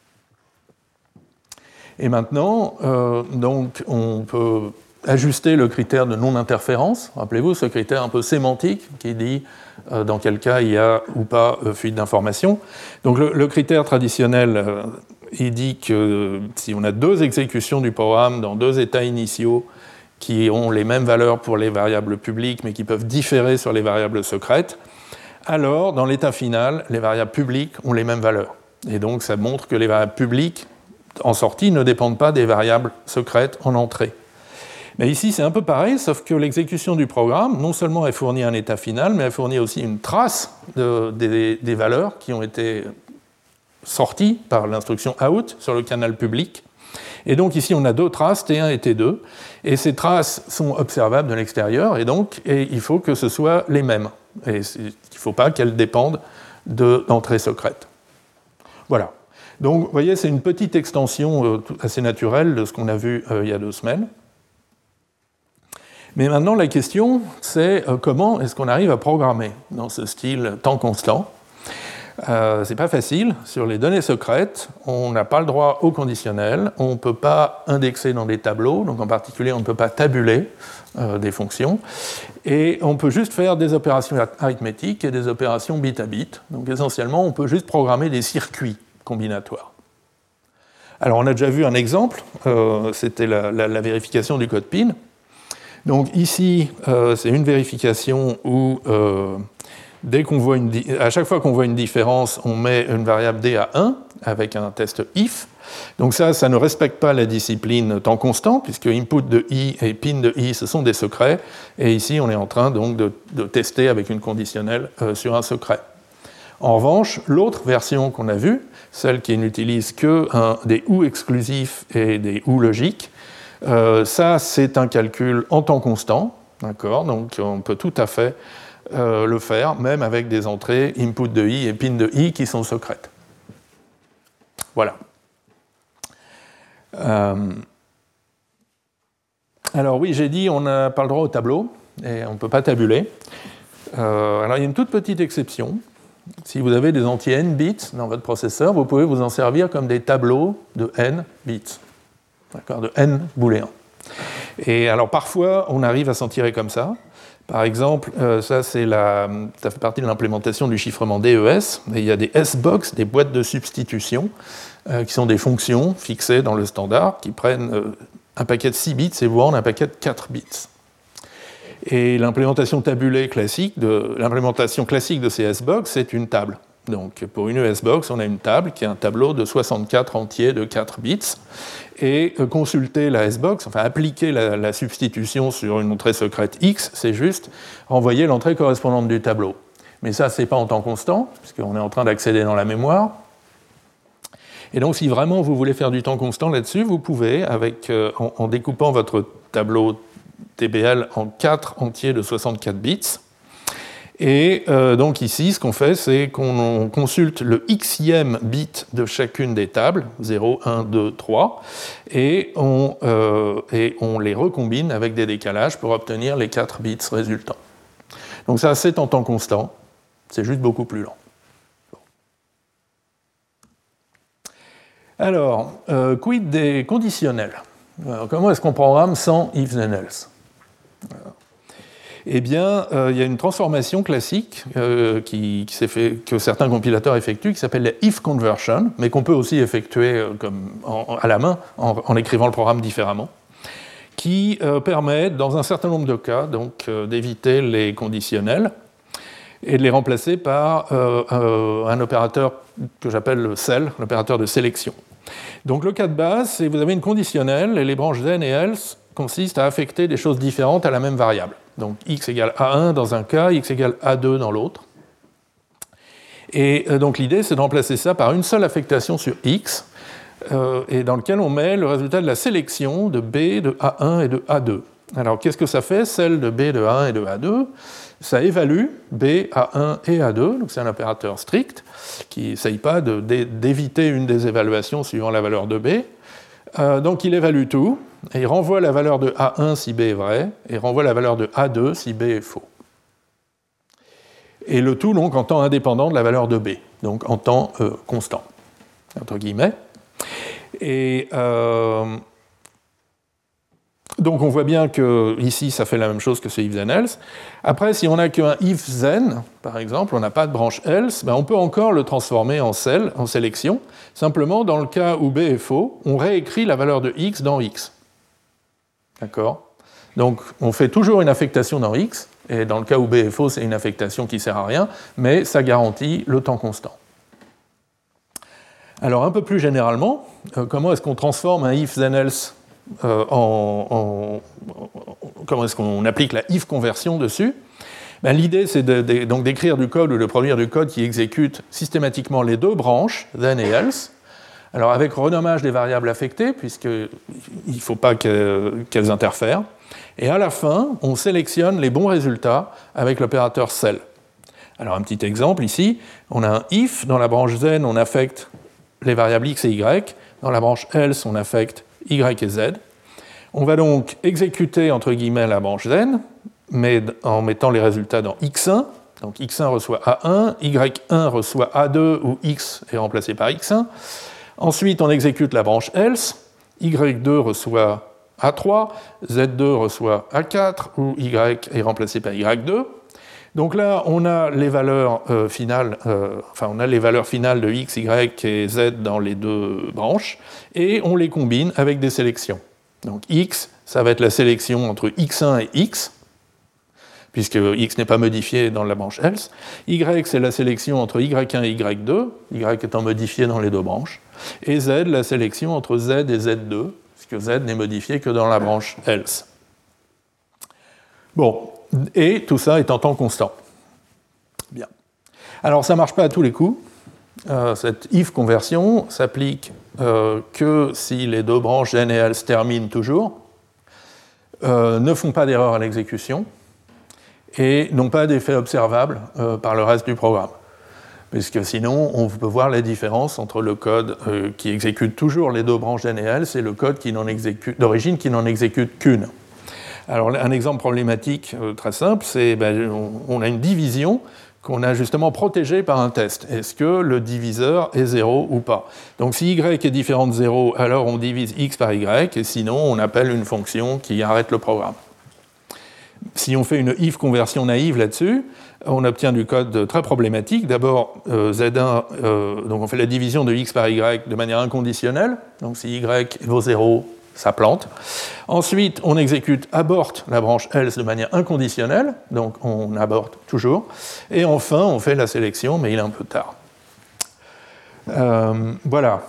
[SPEAKER 2] Et maintenant, euh, donc, on peut ajuster le critère de non-interférence. Rappelez-vous, ce critère un peu sémantique qui dit euh, dans quel cas il y a ou pas euh, fuite d'information. Donc le, le critère traditionnel, euh, il dit que si on a deux exécutions du programme dans deux états initiaux qui ont les mêmes valeurs pour les variables publiques mais qui peuvent différer sur les variables secrètes, alors dans l'état final, les variables publiques ont les mêmes valeurs. Et donc ça montre que les variables publiques en sortie ne dépendent pas des variables secrètes en entrée. Mais ici, c'est un peu pareil, sauf que l'exécution du programme, non seulement elle fournit un état final, mais elle fournit aussi une trace de, des, des valeurs qui ont été sorties par l'instruction out sur le canal public. Et donc ici, on a deux traces, T un et T deux, et ces traces sont observables de l'extérieur, et donc et il faut que ce soit les mêmes. Et il ne faut pas qu'elles dépendent de, d'entrées secrètes. Voilà. Donc, vous voyez, c'est une petite extension euh, assez naturelle de ce qu'on a vu euh, il y a deux semaines. Mais maintenant, la question, c'est euh, comment est-ce qu'on arrive à programmer dans ce style temps constant. Euh, c'est pas facile. Sur les données secrètes, on n'a pas le droit au conditionnel, on ne peut pas indexer dans des tableaux, donc en particulier, on ne peut pas tabuler euh, des fonctions, et on peut juste faire des opérations arithmétiques et des opérations bit à bit. Donc essentiellement, on peut juste programmer des circuits combinatoire. Alors on a déjà vu un exemple, euh, c'était la, la, la vérification du code P I N. Donc ici, euh, c'est une vérification où euh, dès qu'on voit une di- à chaque fois qu'on voit une différence, on met une variable d à un avec un test if. Donc ça, ça ne respecte pas la discipline temps constant, puisque input de i et pin de i, ce sont des secrets. Et ici, on est en train donc de, de tester avec une conditionnelle euh, sur un secret. En revanche, l'autre version qu'on a vue, celle qui n'utilise que un, des ou exclusifs et des ou logiques, euh, ça c'est un calcul en temps constant, d'accord ? Donc on peut tout à fait euh, le faire, même avec des entrées input de i et pin de i qui sont secrètes. Voilà. Euh, alors oui, j'ai dit on n'a pas le droit au tableau et on ne peut pas tabuler. Euh, alors il y a une toute petite exception. Si vous avez des entiers n bits dans votre processeur, vous pouvez vous en servir comme des tableaux de n bits, d'accord, de n booléens. Et alors parfois, on arrive à s'en tirer comme ça. Par exemple, euh, ça, c'est la, ça fait partie de l'implémentation du chiffrement D E S. Et il y a des S-box, des boîtes de substitution, euh, qui sont des fonctions fixées dans le standard, qui prennent euh, un paquet de six bits et vous rendent un paquet de quatre bits. Et l'implémentation tabulée classique de, l'implémentation classique de ces S-box, c'est une table. Donc pour une E S-box, on a une table qui est un tableau de soixante-quatre entiers de quatre bits. Et consulter la S-box, enfin appliquer la, la substitution sur une entrée secrète X, c'est juste renvoyer l'entrée correspondante du tableau. Mais ça, c'est pas en temps constant, puisqu'on est en train d'accéder dans la mémoire. Et donc si vraiment vous voulez faire du temps constant là-dessus, vous pouvez, avec, euh, en, en découpant votre tableau T B L en quatre entiers de soixante-quatre bits. Et euh, donc ici, ce qu'on fait, c'est qu'on consulte le xième bit de chacune des tables, zéro, un, deux, trois, et on, euh, et on les recombine avec des décalages pour obtenir les quatre bits résultants. Donc ça, c'est en temps constant, c'est juste beaucoup plus lent. Alors, euh, quid des conditionnels ? Alors, comment est-ce qu'on programme sans if then else ? Eh bien, euh, il y a une transformation classique euh, qui, qui s'est fait, que certains compilateurs effectuent, qui s'appelle la if conversion, mais qu'on peut aussi effectuer euh, comme en, à la main, en, en écrivant le programme différemment, qui euh, permet, dans un certain nombre de cas, donc, euh, d'éviter les conditionnels et de les remplacer par euh, euh, un opérateur que j'appelle le cell, l'opérateur de sélection. Donc le cas de base, c'est que vous avez une conditionnelle, et les branches then et else consistent à affecter des choses différentes à la même variable. Donc x égale a un dans un cas, x égale a deux dans l'autre. Et euh, donc l'idée, c'est de remplacer ça par une seule affectation sur x, euh, et dans lequel on met le résultat de la sélection de b de a un et de a deux. Alors qu'est-ce que ça fait, celle de b de a un et de a deux ? Ça évalue b, a un et a deux, donc c'est un opérateur strict, qui n'essaye pas de, d'éviter une des évaluations suivant la valeur de b. Euh, donc il évalue tout, et il renvoie la valeur de a un si b est vrai, et renvoie la valeur de a deux si b est faux. Et le tout donc en temps indépendant de la valeur de b, donc en temps euh, constant, entre guillemets. Et euh, donc on voit bien que ici ça fait la même chose que ce if then else. Après, si on n'a qu'un if then, par exemple, on n'a pas de branche else, ben on peut encore le transformer en cell, en sélection. Simplement, dans le cas où b est faux, on réécrit la valeur de x dans x. D'accord ? Donc on fait toujours une affectation dans x, et dans le cas où b est faux, c'est une affectation qui ne sert à rien, mais ça garantit le temps constant. Alors un peu plus généralement, euh, comment est-ce qu'on transforme un if then else euh, en, en, en... Comment est-ce qu'on applique la if conversion dessus ? Ben, l'idée, c'est de, de, donc d'écrire du code ou de produire du code qui exécute systématiquement les deux branches, then et else. Alors avec renommage des variables affectées, puisqu'il ne faut pas que, qu'elles interfèrent. Et à la fin, on sélectionne les bons résultats avec l'opérateur cell. Alors un petit exemple ici, on a un if, dans la branche then, on affecte les variables x et y. Dans la branche else, on affecte y et z. On va donc exécuter, entre guillemets, la branche zen, mais en mettant les résultats dans x un. Donc x un reçoit a un, y un reçoit a deux, où x est remplacé par x un. Ensuite, on exécute la branche else, y deux reçoit a trois, z deux reçoit a quatre, où y est remplacé par y deux. Donc là, on a les valeurs euh, finales, euh, enfin on a les valeurs finales de x, y et z dans les deux branches, et on les combine avec des sélections. Donc x, ça va être la sélection entre x un et x, puisque x n'est pas modifié dans la branche else. Y, c'est la sélection entre y un et y deux, y étant modifié dans les deux branches. Et z, la sélection entre z et z deux, puisque z n'est modifié que dans la branche else. Bon. Et tout ça est en temps constant. Bien. Alors, ça ne marche pas à tous les coups. Euh, cette if conversion s'applique euh, que si les deux branches n et l se terminent toujours, euh, ne font pas d'erreur à l'exécution et n'ont pas d'effet observable euh, par le reste du programme. Puisque sinon, on peut voir la différence entre le code euh, qui exécute toujours les deux branches n et l et le code d'origine qui n'en exécute qu'une. Alors, un exemple problématique euh, très simple, c'est ben, on, on a une division qu'on a justement protégée par un test. Est-ce que le diviseur est zéro ou pas? Donc, si y est différent de zéro, alors on divise x par y, et sinon, on appelle une fonction qui arrête le programme. Si on fait une if conversion naïve là-dessus, on obtient du code très problématique. D'abord, euh, z un, euh, donc on fait la division de x par y de manière inconditionnelle. Donc, si y vaut zéro, ça plante. Ensuite, on exécute aborte la branche else de manière inconditionnelle, donc on aborte toujours. Et enfin, on fait la sélection, mais il est un peu tard. Euh, voilà.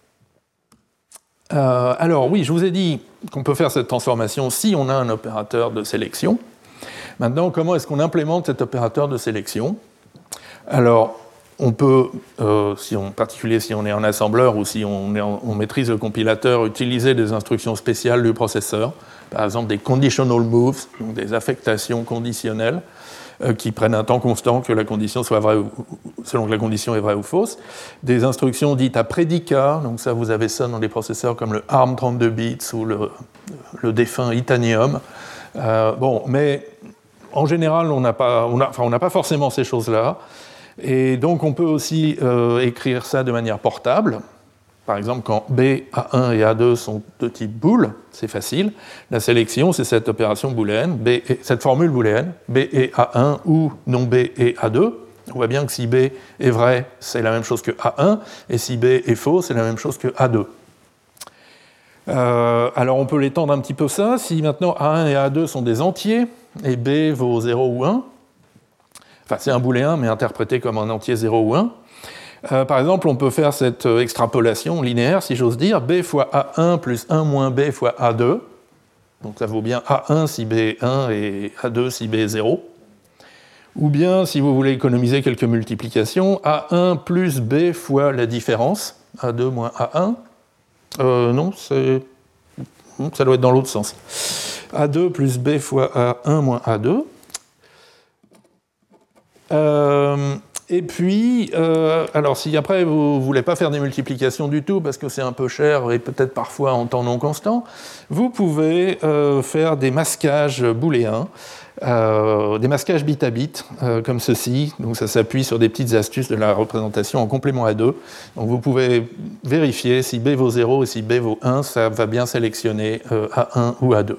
[SPEAKER 2] Euh, alors oui, je vous ai dit qu'on peut faire cette transformation si on a un opérateur de sélection. Maintenant, comment est-ce qu'on implémente cet opérateur de sélection? Alors, on peut, euh, si on, en particulier si on est en assembleur ou si on, est en, on maîtrise le compilateur, utiliser des instructions spéciales du processeur, par exemple des conditional moves, donc des affectations conditionnelles, euh, qui prennent un temps constant que la condition soit vraie ou, selon que la condition est vraie ou fausse. Des instructions dites à prédicat, donc ça vous avez ça dans des processeurs comme le ARM trente-deux bits ou le, le défunt Itanium. Euh, bon, mais en général, on n'a pas, on a, enfin, on n'a pas forcément ces choses-là. Et donc on peut aussi euh, écrire ça de manière portable. Par exemple, quand B, A un et A deux sont de type bool, c'est facile. La sélection, c'est cette opération booléenne, B et, cette formule booléenne, B et A un ou non B et A deux. On voit bien que si B est vrai, c'est la même chose que A un, et si B est faux, c'est la même chose que A deux. Euh, alors on peut l'étendre un petit peu ça. Si maintenant A un et A deux sont des entiers, et B vaut zéro ou un, enfin, c'est un booléen, mais interprété comme un entier zéro ou un. Euh, par exemple, on peut faire cette extrapolation linéaire, si j'ose dire, B fois A un plus un moins B fois A deux. Donc ça vaut bien A un si B est un et A deux si B est zéro. Ou bien, si vous voulez économiser quelques multiplications, A un plus B fois la différence, A deux moins A un. Euh, non, c'est... ça doit être dans l'autre sens. A deux plus B fois A un moins A deux. Euh, et puis, euh, alors si après vous ne voulez pas faire des multiplications du tout parce que c'est un peu cher et peut-être parfois en temps non constant, vous pouvez euh, faire des masquages booléens, euh, des masquages bit à bit, euh, comme ceci. Donc ça s'appuie sur des petites astuces de la représentation en complément à deux. Donc vous pouvez vérifier si B vaut zéro et si B vaut un, ça va bien sélectionner euh, A un ou A deux.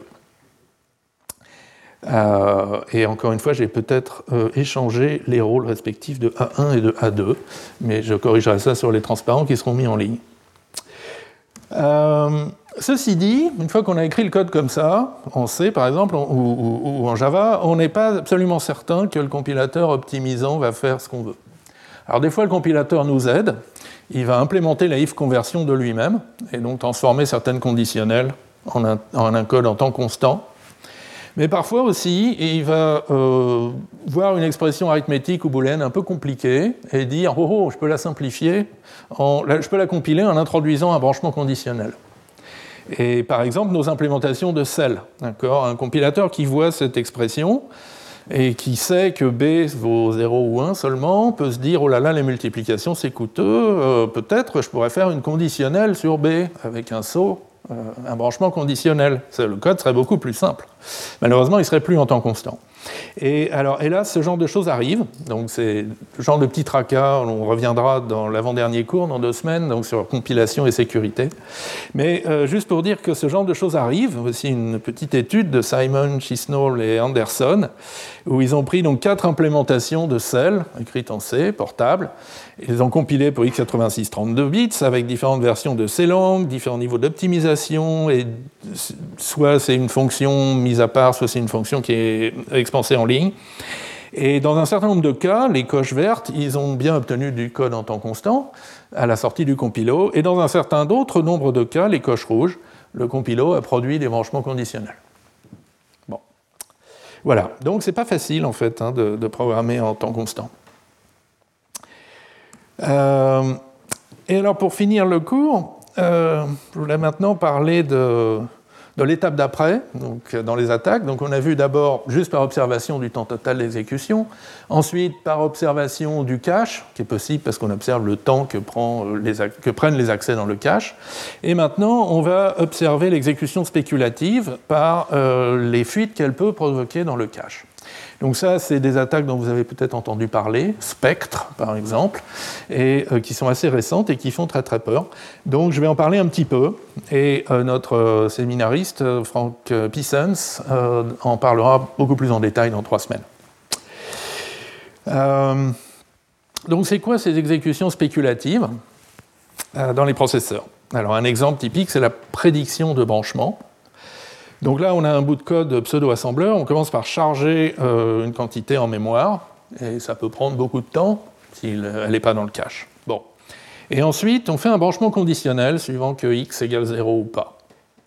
[SPEAKER 2] Euh, et encore une fois, j'ai peut-être euh, échangé les rôles respectifs de A un et de A deux, mais je corrigerai ça sur les transparents qui seront mis en ligne. Euh, ceci dit, une fois qu'on a écrit le code comme ça, en C par exemple, ou, ou, ou en Java, on n'est pas absolument certain que le compilateur optimisant va faire ce qu'on veut. Alors des fois, le compilateur nous aide, il va implémenter la if conversion de lui-même, et donc transformer certaines conditionnelles en un, en un code en temps constant. Mais parfois aussi, il va euh, voir une expression arithmétique ou booléenne un peu compliquée et dire « Oh, oh, je peux la simplifier, en, je peux la compiler en introduisant un branchement conditionnel ». Et par exemple, nos implémentations de cell, d'accord, un compilateur qui voit cette expression et qui sait que B vaut zéro ou un seulement, peut se dire « Oh là là, les multiplications, c'est coûteux, euh, peut-être je pourrais faire une conditionnelle sur B avec un saut, euh, un branchement conditionnel. Le code serait beaucoup plus simple. » Malheureusement, il ne serait plus en temps constant. Et alors, hélas, ce genre de choses arrive. Donc, c'est le genre de petit tracas. On reviendra dans l'avant-dernier cours, dans deux semaines, donc sur compilation et sécurité. Mais euh, juste pour dire que ce genre de choses arrive, voici une petite étude de Simon, Chisnall et Anderson, où ils ont pris donc quatre implémentations de Cell, écrites en C, portables. Ils les ont compilées pour x quatre-vingt-six trente-deux bits, avec différentes versions de C-lang, différents niveaux d'optimisation, et soit c'est une fonction mise à part, soit c'est une fonction qui est expansée en ligne. Et dans un certain nombre de cas, les coches vertes, ils ont bien obtenu du code en temps constant à la sortie du compilo, et dans un certain d'autres nombre de cas, les coches rouges, le compilo a produit des branchements conditionnels. Bon. Voilà. Donc c'est pas facile en fait hein, de, de programmer en temps constant. Euh, et alors pour finir le cours, euh, je voulais maintenant parler de, de l'étape d'après, donc dans les attaques. Donc on a vu d'abord juste par observation du temps total d'exécution, ensuite par observation du cache, qui est possible parce qu'on observe le temps que, prend les, que prennent les accès dans le cache, et maintenant on va observer l'exécution spéculative par euh, les fuites qu'elle peut provoquer dans le cache. Donc ça, c'est des attaques dont vous avez peut-être entendu parler, Spectre par exemple, et euh, qui sont assez récentes et qui font très très peur. Donc je vais en parler un petit peu, et euh, notre euh, séminariste, euh, Frank Peasants, euh, en parlera beaucoup plus en détail dans trois semaines. Euh, donc c'est quoi ces exécutions spéculatives euh, dans les processeurs? Alors un exemple typique, c'est la prédiction de branchement. Donc là, on a un bout de code pseudo-assembleur. On commence par charger euh, une quantité en mémoire, et ça peut prendre beaucoup de temps si elle n'est pas dans le cache. Bon. Et ensuite, on fait un branchement conditionnel suivant que x égale zéro ou pas.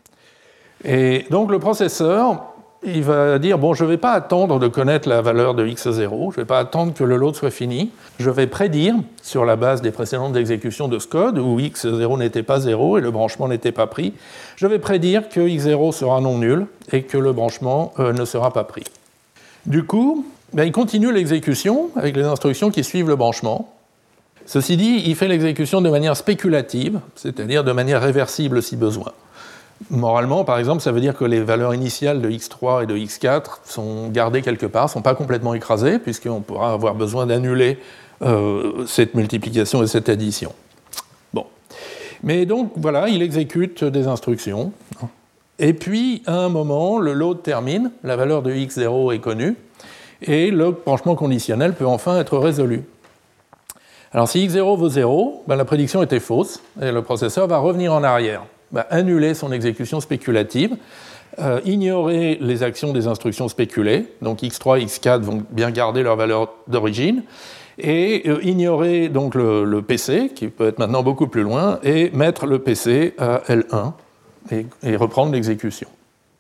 [SPEAKER 2] Et donc le processeur, il va dire, bon, je ne vais pas attendre de connaître la valeur de x zéro, je ne vais pas attendre que le load soit fini, je vais prédire, sur la base des précédentes exécutions de ce code, où x zéro n'était pas zéro et le branchement n'était pas pris, je vais prédire que x zéro sera non nul et que le branchement euh, ne sera pas pris. Du coup, ben, il continue l'exécution avec les instructions qui suivent le branchement. Ceci dit, il fait l'exécution de manière spéculative, c'est-à-dire de manière réversible si besoin. Moralement, par exemple, ça veut dire que les valeurs initiales de x trois et de x quatre sont gardées quelque part, ne sont pas complètement écrasées, puisqu'on pourra avoir besoin d'annuler euh, cette multiplication et cette addition. Bon. Mais donc, voilà, il exécute des instructions. Et puis, à un moment, le load termine, la valeur de x zéro est connue, et le branchement conditionnel peut enfin être résolu. Alors, si x zéro vaut zéro, ben, la prédiction était fausse, et le processeur va revenir en arrière. Va annuler son exécution spéculative, euh, ignorer les actions des instructions spéculées, donc x trois et x quatre vont bien garder leur valeur d'origine, et euh, ignorer donc le, le P C, qui peut être maintenant beaucoup plus loin, et mettre le P C à L un, et, et reprendre l'exécution.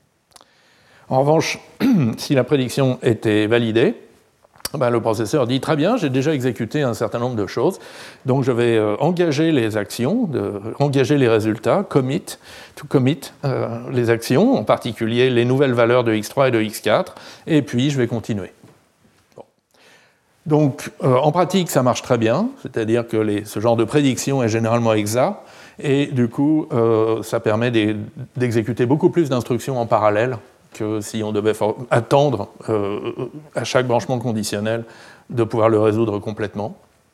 [SPEAKER 2] En revanche, si la prédiction était validée, ben, le processeur dit « Très bien, j'ai déjà exécuté un certain nombre de choses, donc je vais euh, engager les actions, de, engager les résultats, commit, to commit euh, les actions, en particulier les nouvelles valeurs de x trois et de x quatre, et puis je vais continuer. » Bon. Donc, euh, en pratique, ça marche très bien, c'est-à-dire que les, ce genre de prédiction est généralement exact, et du coup, euh, ça permet d'exécuter beaucoup plus d'instructions en parallèle que si on devait attendre euh, à chaque branchement conditionnel de pouvoir le résoudre complètement.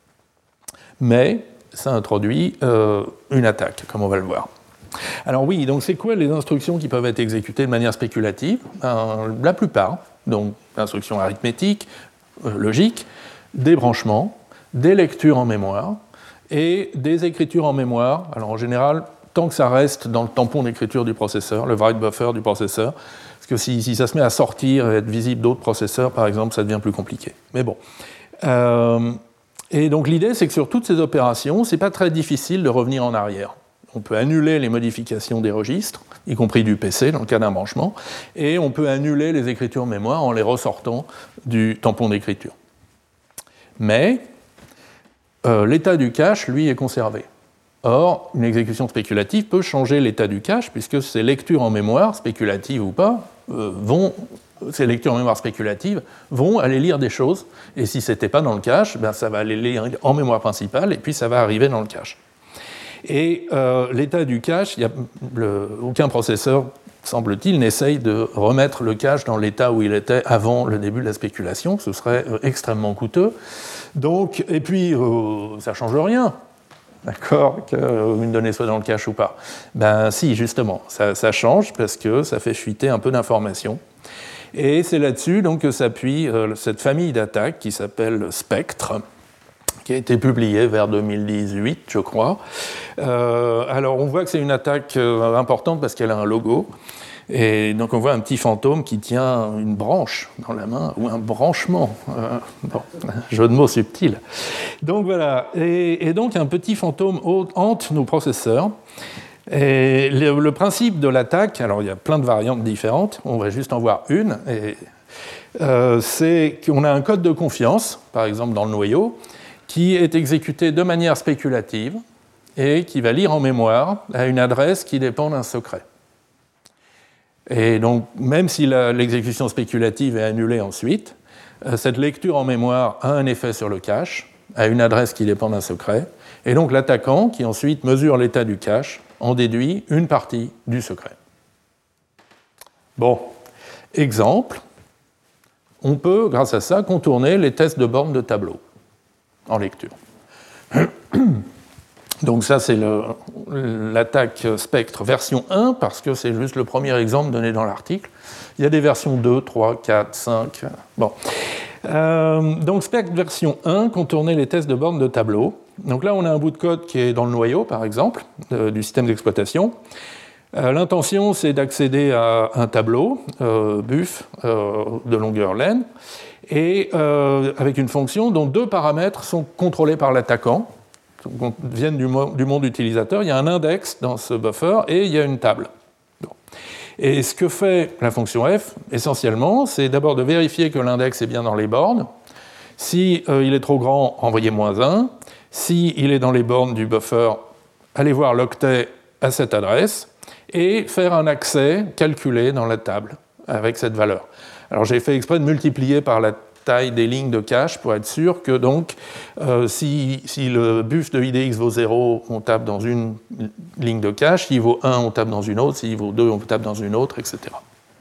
[SPEAKER 2] Mais ça introduit euh, une attaque, comme on va le voir. Alors oui, donc c'est quoi les instructions qui peuvent être exécutées de manière spéculative? Ben, la plupart, donc instructions arithmétiques, euh, logiques, des branchements, des lectures en mémoire et des écritures en mémoire. Alors en général, tant que ça reste dans le tampon d'écriture du processeur, le write buffer du processeur, parce que si, si ça se met à sortir et être visible d'autres processeurs, par exemple, ça devient plus compliqué. Mais bon. Euh, et donc l'idée, c'est que sur toutes ces opérations, ce n'est pas très difficile de revenir en arrière. On peut annuler les modifications des registres, y compris du P C, dans le cas d'un branchement, et on peut annuler les écritures mémoire en les ressortant du tampon d'écriture. Mais euh, l'état du cache, lui, est conservé. Or, une exécution spéculative peut changer l'état du cache, puisque ces lectures en mémoire, spéculatives ou pas, euh, vont ces lectures en mémoire spéculative vont aller lire des choses, et si ce n'était pas dans le cache, ben ça va aller lire en mémoire principale, et puis ça va arriver dans le cache. Et euh, l'état du cache, il y a le, aucun processeur, semble-t-il, n'essaye de remettre le cache dans l'état où il était avant le début de la spéculation, ce serait euh, extrêmement coûteux. Donc, et puis, euh, ça ne change rien. D'accord, qu'une donnée soit dans le cache ou pas. Ben si, justement, ça, ça change parce que ça fait fuiter un peu d'informations. Et c'est là-dessus donc, que s'appuie euh, cette famille d'attaques qui s'appelle Spectre, qui a été publiée vers deux mille dix-huit, je crois. Euh, alors on voit que c'est une attaque euh, importante parce qu'elle a un logo. Et donc on voit un petit fantôme qui tient une branche dans la main, ou un branchement, euh, bon, un jeu de mots subtil. Donc voilà, et, et donc un petit fantôme hante nos processeurs. Et le, le principe de l'attaque, alors il y a plein de variantes différentes, on va juste en voir une, et, euh, c'est qu'on a un code de confiance, par exemple dans le noyau, qui est exécuté de manière spéculative et qui va lire en mémoire à une adresse qui dépend d'un secret. Et donc, même si la, l'exécution spéculative est annulée ensuite, euh, cette lecture en mémoire a un effet sur le cache, à une adresse qui dépend d'un secret, et donc l'attaquant, qui ensuite mesure l'état du cache, en déduit une partie du secret. Bon, exemple, on peut, grâce à ça, contourner les tests de borne de tableau en lecture. Donc ça, c'est le, l'attaque Spectre version un, parce que c'est juste le premier exemple donné dans l'article. Il y a des versions deux, trois, quatre, cinq... Bon. Euh, donc Spectre version un, contourner les tests de borne de tableau. Donc là, on a un bout de code qui est dans le noyau, par exemple, de, du système d'exploitation. Euh, l'intention, c'est d'accéder à un tableau, euh, buf, euh, de longueur len, et euh, avec une fonction dont deux paramètres sont contrôlés par l'attaquant, viennent du, mo- du monde utilisateur. Il y a un index dans ce buffer et il y a une table. Bon. Et ce que fait la fonction f, essentiellement, c'est d'abord de vérifier que l'index est bien dans les bornes. Si euh, il est trop grand, envoyez moins un. Si il est dans les bornes du buffer, allez voir l'octet à cette adresse et faire un accès calculé dans la table avec cette valeur. Alors j'ai fait exprès de multiplier par la taille des lignes de cache pour être sûr que donc euh, si, si le buf de I D X vaut zéro, on tape dans une ligne de cache, s'il vaut un, on tape dans une autre, s'il vaut deux, on tape dans une autre, et cetera.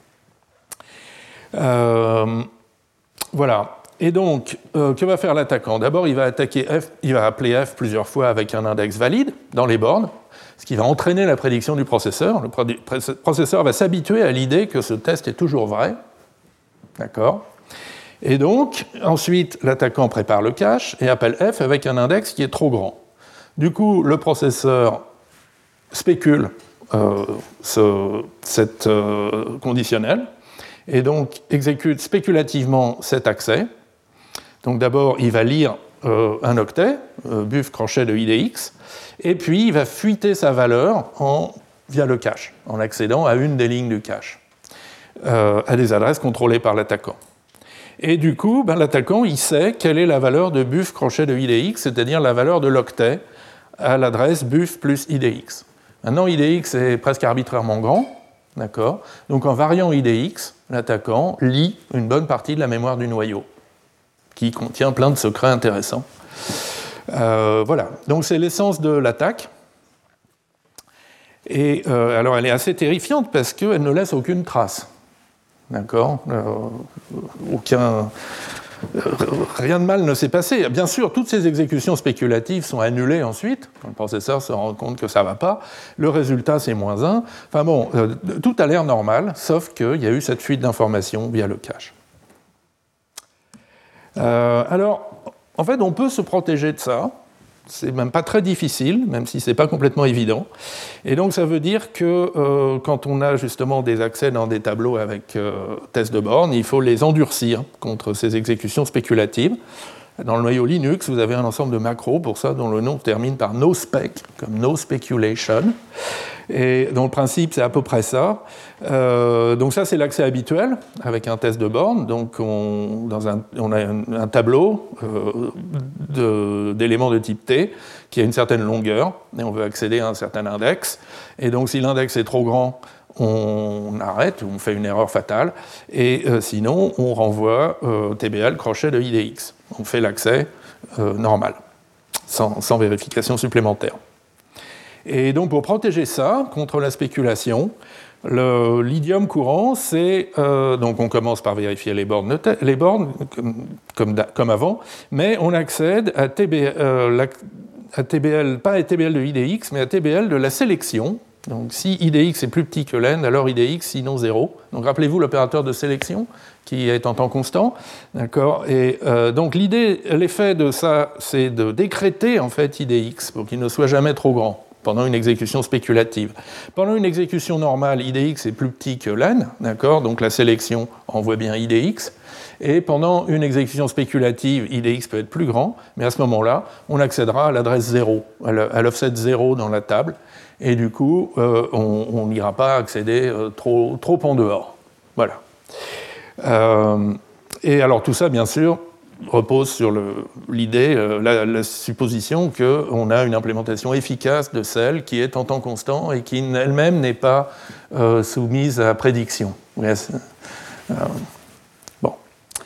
[SPEAKER 2] Euh, voilà. Et donc, euh, que va faire l'attaquant ? D'abord, il va attaquer F, il va appeler F plusieurs fois avec un index valide dans les bornes, ce qui va entraîner la prédiction du processeur. Le processeur va s'habituer à l'idée que ce test est toujours vrai. D'accord ? Et donc, ensuite, l'attaquant prépare le cache et appelle F avec un index qui est trop grand. Du coup, le processeur spécule euh, ce, cette euh, conditionnelle et donc exécute spéculativement cet accès. Donc d'abord, il va lire euh, un octet, euh, buf crochet de I D X, et puis il va fuiter sa valeur en, via le cache, en accédant à une des lignes du cache, euh, à des adresses contrôlées par l'attaquant. Et du coup, ben, l'attaquant, il sait quelle est la valeur de buf crochet de I D X, c'est-à-dire la valeur de l'octet à l'adresse buf plus I D X. Maintenant, I D X est presque arbitrairement grand, d'accord ? Donc en variant I D X, l'attaquant lit une bonne partie de la mémoire du noyau, qui contient plein de secrets intéressants. Euh, voilà, donc c'est l'essence de l'attaque. Et euh, alors elle est assez terrifiante parce qu'elle ne laisse aucune trace. D'accord ? euh, aucun, euh, Rien de mal ne s'est passé. Bien sûr, toutes ces exécutions spéculatives sont annulées ensuite, quand le processeur se rend compte que ça ne va pas. Le résultat, c'est moins un. Enfin bon, euh, tout a l'air normal, sauf qu'il y a eu cette fuite d'informations via le cache. Euh, alors, en fait, on peut se protéger de ça. C'est même pas très difficile, même si c'est pas complètement évident. Et donc, ça veut dire que euh, quand on a justement des accès dans des tableaux avec euh, test de borne, il faut les endurcir contre ces exécutions spéculatives. Dans le noyau Linux, vous avez un ensemble de macros, pour ça, dont le nom se termine par nospec, comme no speculation. Et dont le principe, c'est à peu près ça. Euh, donc ça, c'est l'accès habituel, avec un test de borne. Donc on, dans un, on a un, un tableau euh, de, d'éléments de type T, qui a une certaine longueur, et on veut accéder à un certain index. Et donc si l'index est trop grand, on arrête, on fait une erreur fatale, et euh, sinon, on renvoie euh, T B L crochet de I D X. On fait l'accès euh, normal, sans, sans vérification supplémentaire. Et donc, pour protéger ça contre la spéculation, le, l'idiome courant, c'est... Euh, donc, on commence par vérifier les bornes, les bornes comme, comme, comme avant, mais on accède à, T B, euh, la, à T B L, pas à T B L de I D X, mais à T B L de la sélection. Donc, si I D X est plus petit que len, alors I D X, sinon zéro. Donc, rappelez-vous l'opérateur de sélection qui est en temps constant. D'accord. Et euh, donc, l'idée, l'effet de ça, c'est de décréter, en fait, I D X pour qu'il ne soit jamais trop grand pendant une exécution spéculative. Pendant une exécution normale, I D X est plus petit que len, d'accord, donc la sélection envoie bien I D X, et pendant une exécution spéculative, I D X peut être plus grand, mais à ce moment-là, on accédera à l'adresse zéro, à l'offset zéro dans la table, et du coup, euh, on n'ira pas accéder euh, trop, trop en dehors. Voilà. Euh, et alors tout ça, bien sûr, repose sur le, l'idée, euh, la, la supposition qu'on a une implémentation efficace de celle qui est en temps constant et qui elle-même n'est pas euh, soumise à prédiction. Yes. Euh, bon.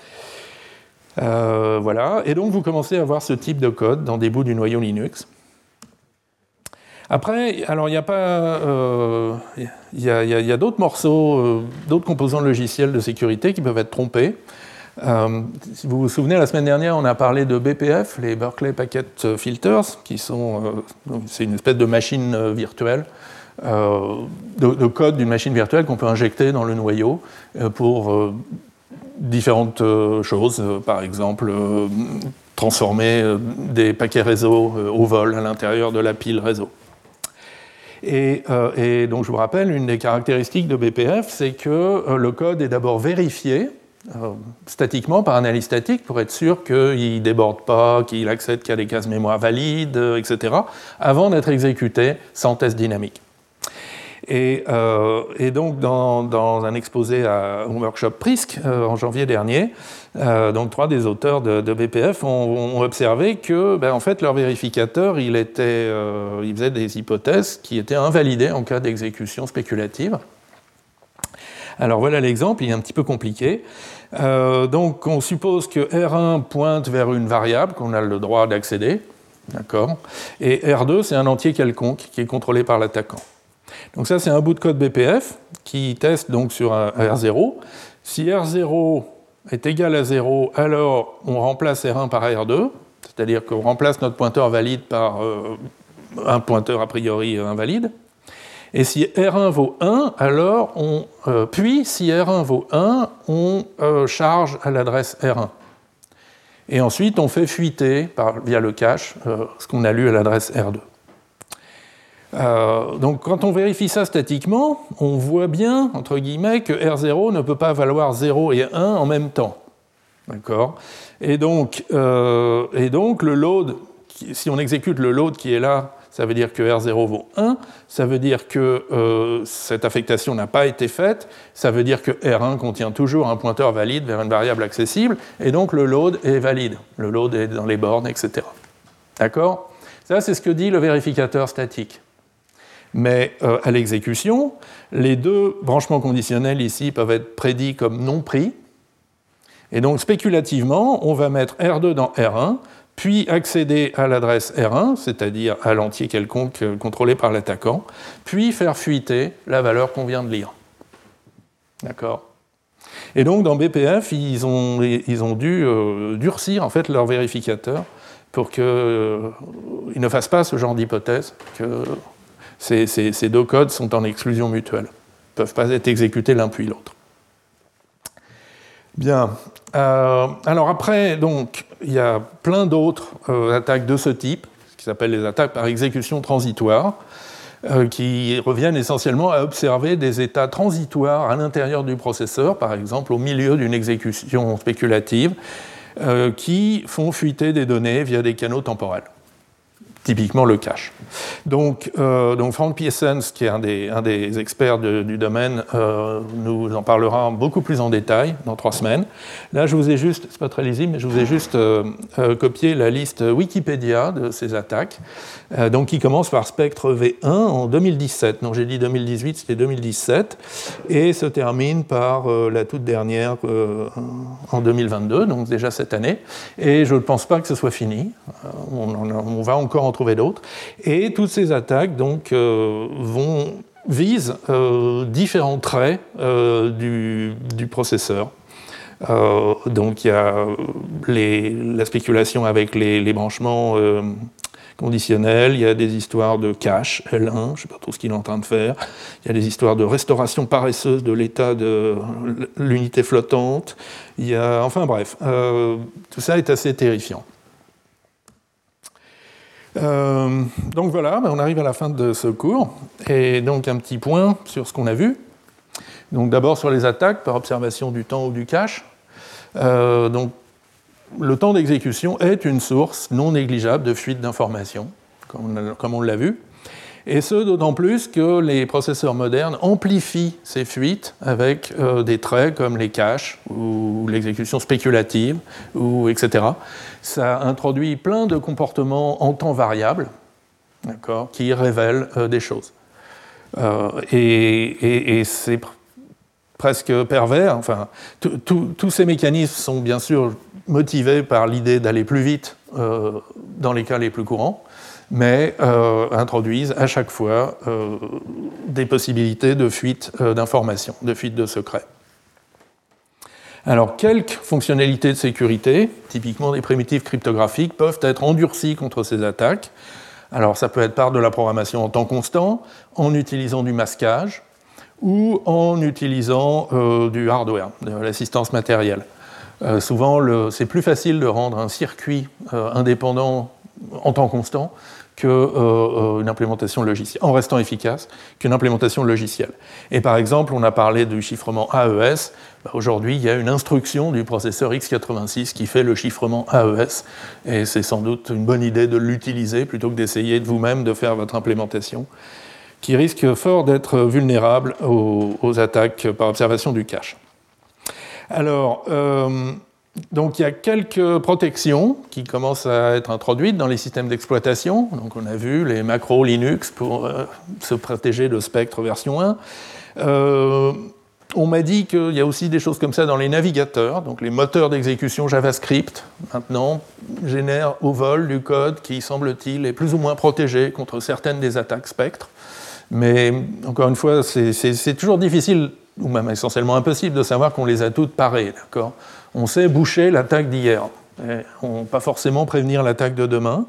[SPEAKER 2] Euh, voilà. Et donc, vous commencez à voir ce type de code dans des bouts du noyau Linux. Après, alors il y a pas, euh, y a, y a, y a d'autres morceaux, euh, d'autres composants logiciels de sécurité qui peuvent être trompés. Euh, si vous vous souvenez, la semaine dernière, on a parlé de B P F, les Berkeley Packet Filters, qui sont, euh, c'est une espèce de machine euh, virtuelle, euh, de, de code d'une machine virtuelle qu'on peut injecter dans le noyau euh, pour euh, différentes euh, choses, euh, par exemple euh, transformer euh, des paquets réseau euh, au vol à l'intérieur de la pile réseau. Et, euh, et donc je vous rappelle, une des caractéristiques de B P F, c'est que euh, le code est d'abord vérifié euh, statiquement par analyse statique pour être sûr qu'il ne déborde pas, qu'il accède qu'à des cases mémoire valides, euh, et cetera, avant d'être exécuté sans test dynamique. Et, euh, et donc dans, dans un exposé à, au workshop P R I S C euh, en janvier dernier, euh, donc trois des auteurs de, de B P F ont, ont observé que ben, en fait, leur vérificateur il, était, euh, il faisait des hypothèses qui étaient invalidées en cas d'exécution spéculative. Alors voilà l'exemple, il est un petit peu compliqué. Euh, donc on suppose que R un pointe vers une variable qu'on a le droit d'accéder, d'accord, et R deux c'est un entier quelconque qui est contrôlé par l'attaquant. Donc ça c'est un bout de code B P F qui teste donc sur un R zéro. Si R zéro est égal à zéro, alors on remplace R un par R deux, c'est-à-dire qu'on remplace notre pointeur valide par euh, un pointeur a priori invalide. Et si R un vaut un, alors on, euh, puis si R un vaut un, on euh, charge à l'adresse R un. Et ensuite, on fait fuiter par, via le cache euh, ce qu'on a lu à l'adresse R deux. Euh, donc quand on vérifie ça statiquement, on voit bien, entre guillemets, que R zéro ne peut pas valoir zéro et un en même temps. D'accord ? Et donc, euh, et donc le load, si on exécute le load qui est là, ça veut dire que R zéro vaut un, ça veut dire que euh, cette affectation n'a pas été faite, ça veut dire que R un contient toujours un pointeur valide vers une variable accessible, et donc le load est valide, le load est dans les bornes, et cetera. D'accord ? Ça, c'est ce que dit le vérificateur statique. Mais euh, à l'exécution, les deux branchements conditionnels ici peuvent être prédits comme non pris, et donc spéculativement, on va mettre R deux dans R un, puis accéder à l'adresse R un, c'est-à-dire à l'entier quelconque contrôlé par l'attaquant, puis faire fuiter la valeur qu'on vient de lire. D'accord ? Et donc, dans B P F, ils ont, ils ont dû euh, durcir en fait, leur vérificateur pour qu'ils euh, ne fassent pas ce genre d'hypothèse, que ces, ces, ces deux codes sont en exclusion mutuelle, ne peuvent pas être exécutés l'un puis l'autre. Bien. Euh, alors après, donc, il y a plein d'autres euh, attaques de ce type, qui s'appellent les attaques par exécution transitoire, euh, qui reviennent essentiellement à observer des états transitoires à l'intérieur du processeur, par exemple au milieu d'une exécution spéculative, euh, qui font fuiter des données via des canaux temporels. Typiquement le cache. Donc, euh, donc Frank Pearsons, qui est un des, un des experts de, du domaine, euh, nous en parlera beaucoup plus en détail dans trois semaines. Là, je vous ai juste, c'est pas très lisible, mais je vous ai juste euh, euh, copié la liste Wikipédia de ces attaques, euh, donc qui commence par Spectre V un en deux mille dix-sept. Donc j'ai dit deux mille dix-huit, c'était deux mille dix-sept, et se termine par euh, la toute dernière euh, en deux mille vingt-deux, donc déjà cette année. Et je ne pense pas que ce soit fini. Euh, on, on, on va encore en trouver d'autres. Et toutes ces attaques donc, euh, vont, visent euh, différents traits euh, du, du processeur. Euh, donc il y a les, la spéculation avec les, les branchements euh, conditionnels, il y a des histoires de cache, L un, je ne sais pas trop ce qu'il est en train de faire, il y a des histoires de restauration paresseuse de l'état de l'unité flottante, il y a, enfin bref, euh, tout ça est assez terrifiant. Euh, donc voilà, on arrive à la fin de ce cours, et donc un petit point sur ce qu'on a vu. Donc d'abord sur les attaques par observation du temps ou du cache. Euh, donc, le temps d'exécution est une source non négligeable de fuite d'informations, comme, comme on l'a vu, et ce d'autant plus que les processeurs modernes amplifient ces fuites avec euh, des traits comme les caches ou l'exécution spéculative, ou, et cetera. Ça introduit plein de comportements en temps variable, d'accord, qui révèlent euh, des choses. Euh, et, et, et c'est presque pervers. Enfin, tous ces mécanismes sont bien sûr motivés par l'idée d'aller plus vite euh, dans les cas les plus courants, mais euh, introduisent à chaque fois euh, des possibilités de fuite euh, d'informations, de fuite de secrets. Alors, quelques fonctionnalités de sécurité, typiquement des primitives cryptographiques, peuvent être endurcies contre ces attaques. Alors, ça peut être par de la programmation en temps constant, en utilisant du masquage, ou en utilisant euh, du hardware, de l'assistance matérielle. Euh, souvent, le, c'est plus facile de rendre un circuit euh, indépendant en temps constant qu'une euh, implémentation logicielle, en restant efficace, qu'une implémentation logicielle. Et par exemple, on a parlé du chiffrement A E S. Bah, aujourd'hui, il y a une instruction du processeur x quatre-vingt-six qui fait le chiffrement A E S, et c'est sans doute une bonne idée de l'utiliser plutôt que d'essayer de vous-même de faire votre implémentation, qui risque fort d'être vulnérable aux, aux attaques par observation du cache. Alors, euh, donc il y a quelques protections qui commencent à être introduites dans les systèmes d'exploitation. Donc on a vu les macros Linux pour euh, se protéger de Spectre version un. Euh, on m'a dit qu'il y a aussi des choses comme ça dans les navigateurs. Donc les moteurs d'exécution JavaScript, maintenant, génèrent au vol du code qui, semble-t-il, est plus ou moins protégé contre certaines des attaques Spectre. Mais encore une fois, c'est, c'est, c'est toujours difficile, ou même essentiellement impossible, de savoir qu'on les a toutes parées. D'accord ? On sait boucher l'attaque d'hier, on pas forcément prévenir l'attaque de demain.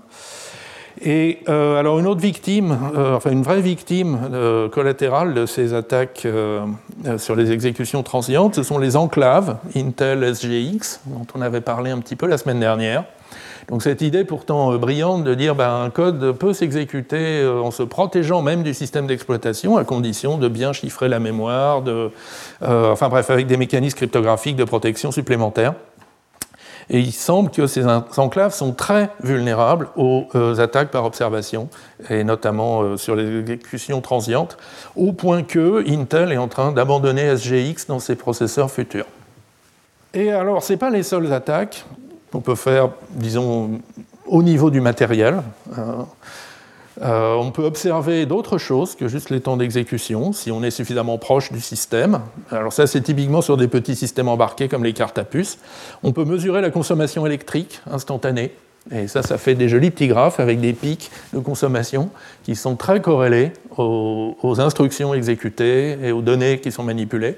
[SPEAKER 2] Et euh, alors une autre victime, euh, enfin une vraie victime euh, collatérale de ces attaques euh, sur les exécutions transientes, ce sont les enclaves Intel S G X, dont on avait parlé un petit peu la semaine dernière. Donc cette idée pourtant euh, brillante de dire ben, un code peut s'exécuter euh, en se protégeant même du système d'exploitation à condition de bien chiffrer la mémoire, de, euh, enfin bref, avec des mécanismes cryptographiques de protection supplémentaires. Et il semble que ces enclaves sont très vulnérables aux euh, attaques par observation, et notamment euh, sur les exécutions transientes, au point que Intel est en train d'abandonner S G X dans ses processeurs futurs. Et alors, ce n'est pas les seules attaques qu'on peut faire, disons, au niveau du matériel. Euh, euh, on peut observer d'autres choses que juste les temps d'exécution, si on est suffisamment proche du système. Alors ça, c'est typiquement sur des petits systèmes embarqués comme les cartes à puce. On peut mesurer la consommation électrique instantanée. Et ça, ça fait des jolis petits graphes avec des pics de consommation qui sont très corrélés aux, aux instructions exécutées et aux données qui sont manipulées.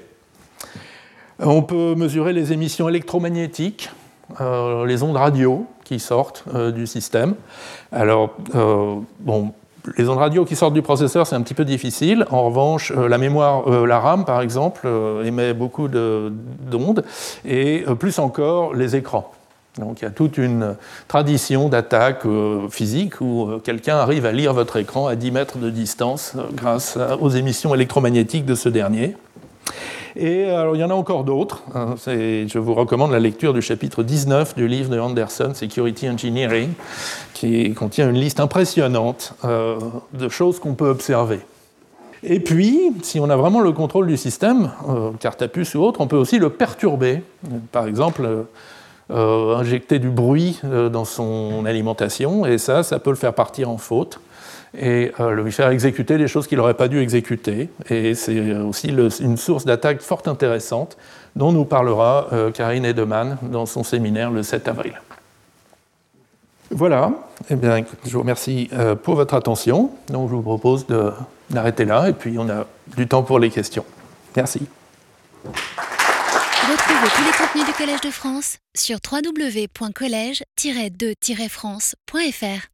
[SPEAKER 2] On peut mesurer les émissions électromagnétiques, Euh, les ondes radio qui sortent euh, du système. Alors, euh, bon, les ondes radio qui sortent du processeur, c'est un petit peu difficile. En revanche, euh, la mémoire, euh, la RAM, par exemple, euh, émet beaucoup de, d'ondes, et euh, plus encore les écrans. Donc, il y a toute une tradition d'attaque euh, physique où euh, quelqu'un arrive à lire votre écran à dix mètres de distance euh, grâce à, aux émissions électromagnétiques de ce dernier. Et alors, il y en a encore d'autres. Hein, je vous recommande la lecture du chapitre dix-neuf du livre de Anderson, Security Engineering, qui contient une liste impressionnante euh, de choses qu'on peut observer. Et puis, si on a vraiment le contrôle du système, euh, carte à puce ou autre, on peut aussi le perturber. Par exemple, euh, injecter du bruit euh, dans son alimentation, et ça, ça peut le faire partir en faute, et euh, lui faire exécuter des choses qu'il n'aurait pas dû exécuter. Et c'est aussi le, une source d'attaque fort intéressante, dont nous parlera euh, Karine Edeman dans son séminaire le sept avril. Voilà, eh bien, je vous remercie euh, pour votre attention. Donc, je vous propose de, d'arrêter là, et puis on a du temps pour les questions. Merci.
[SPEAKER 1] Retrouvez tous les contenus du Collège de France sur w w w point collège tiret de tiret france point f r.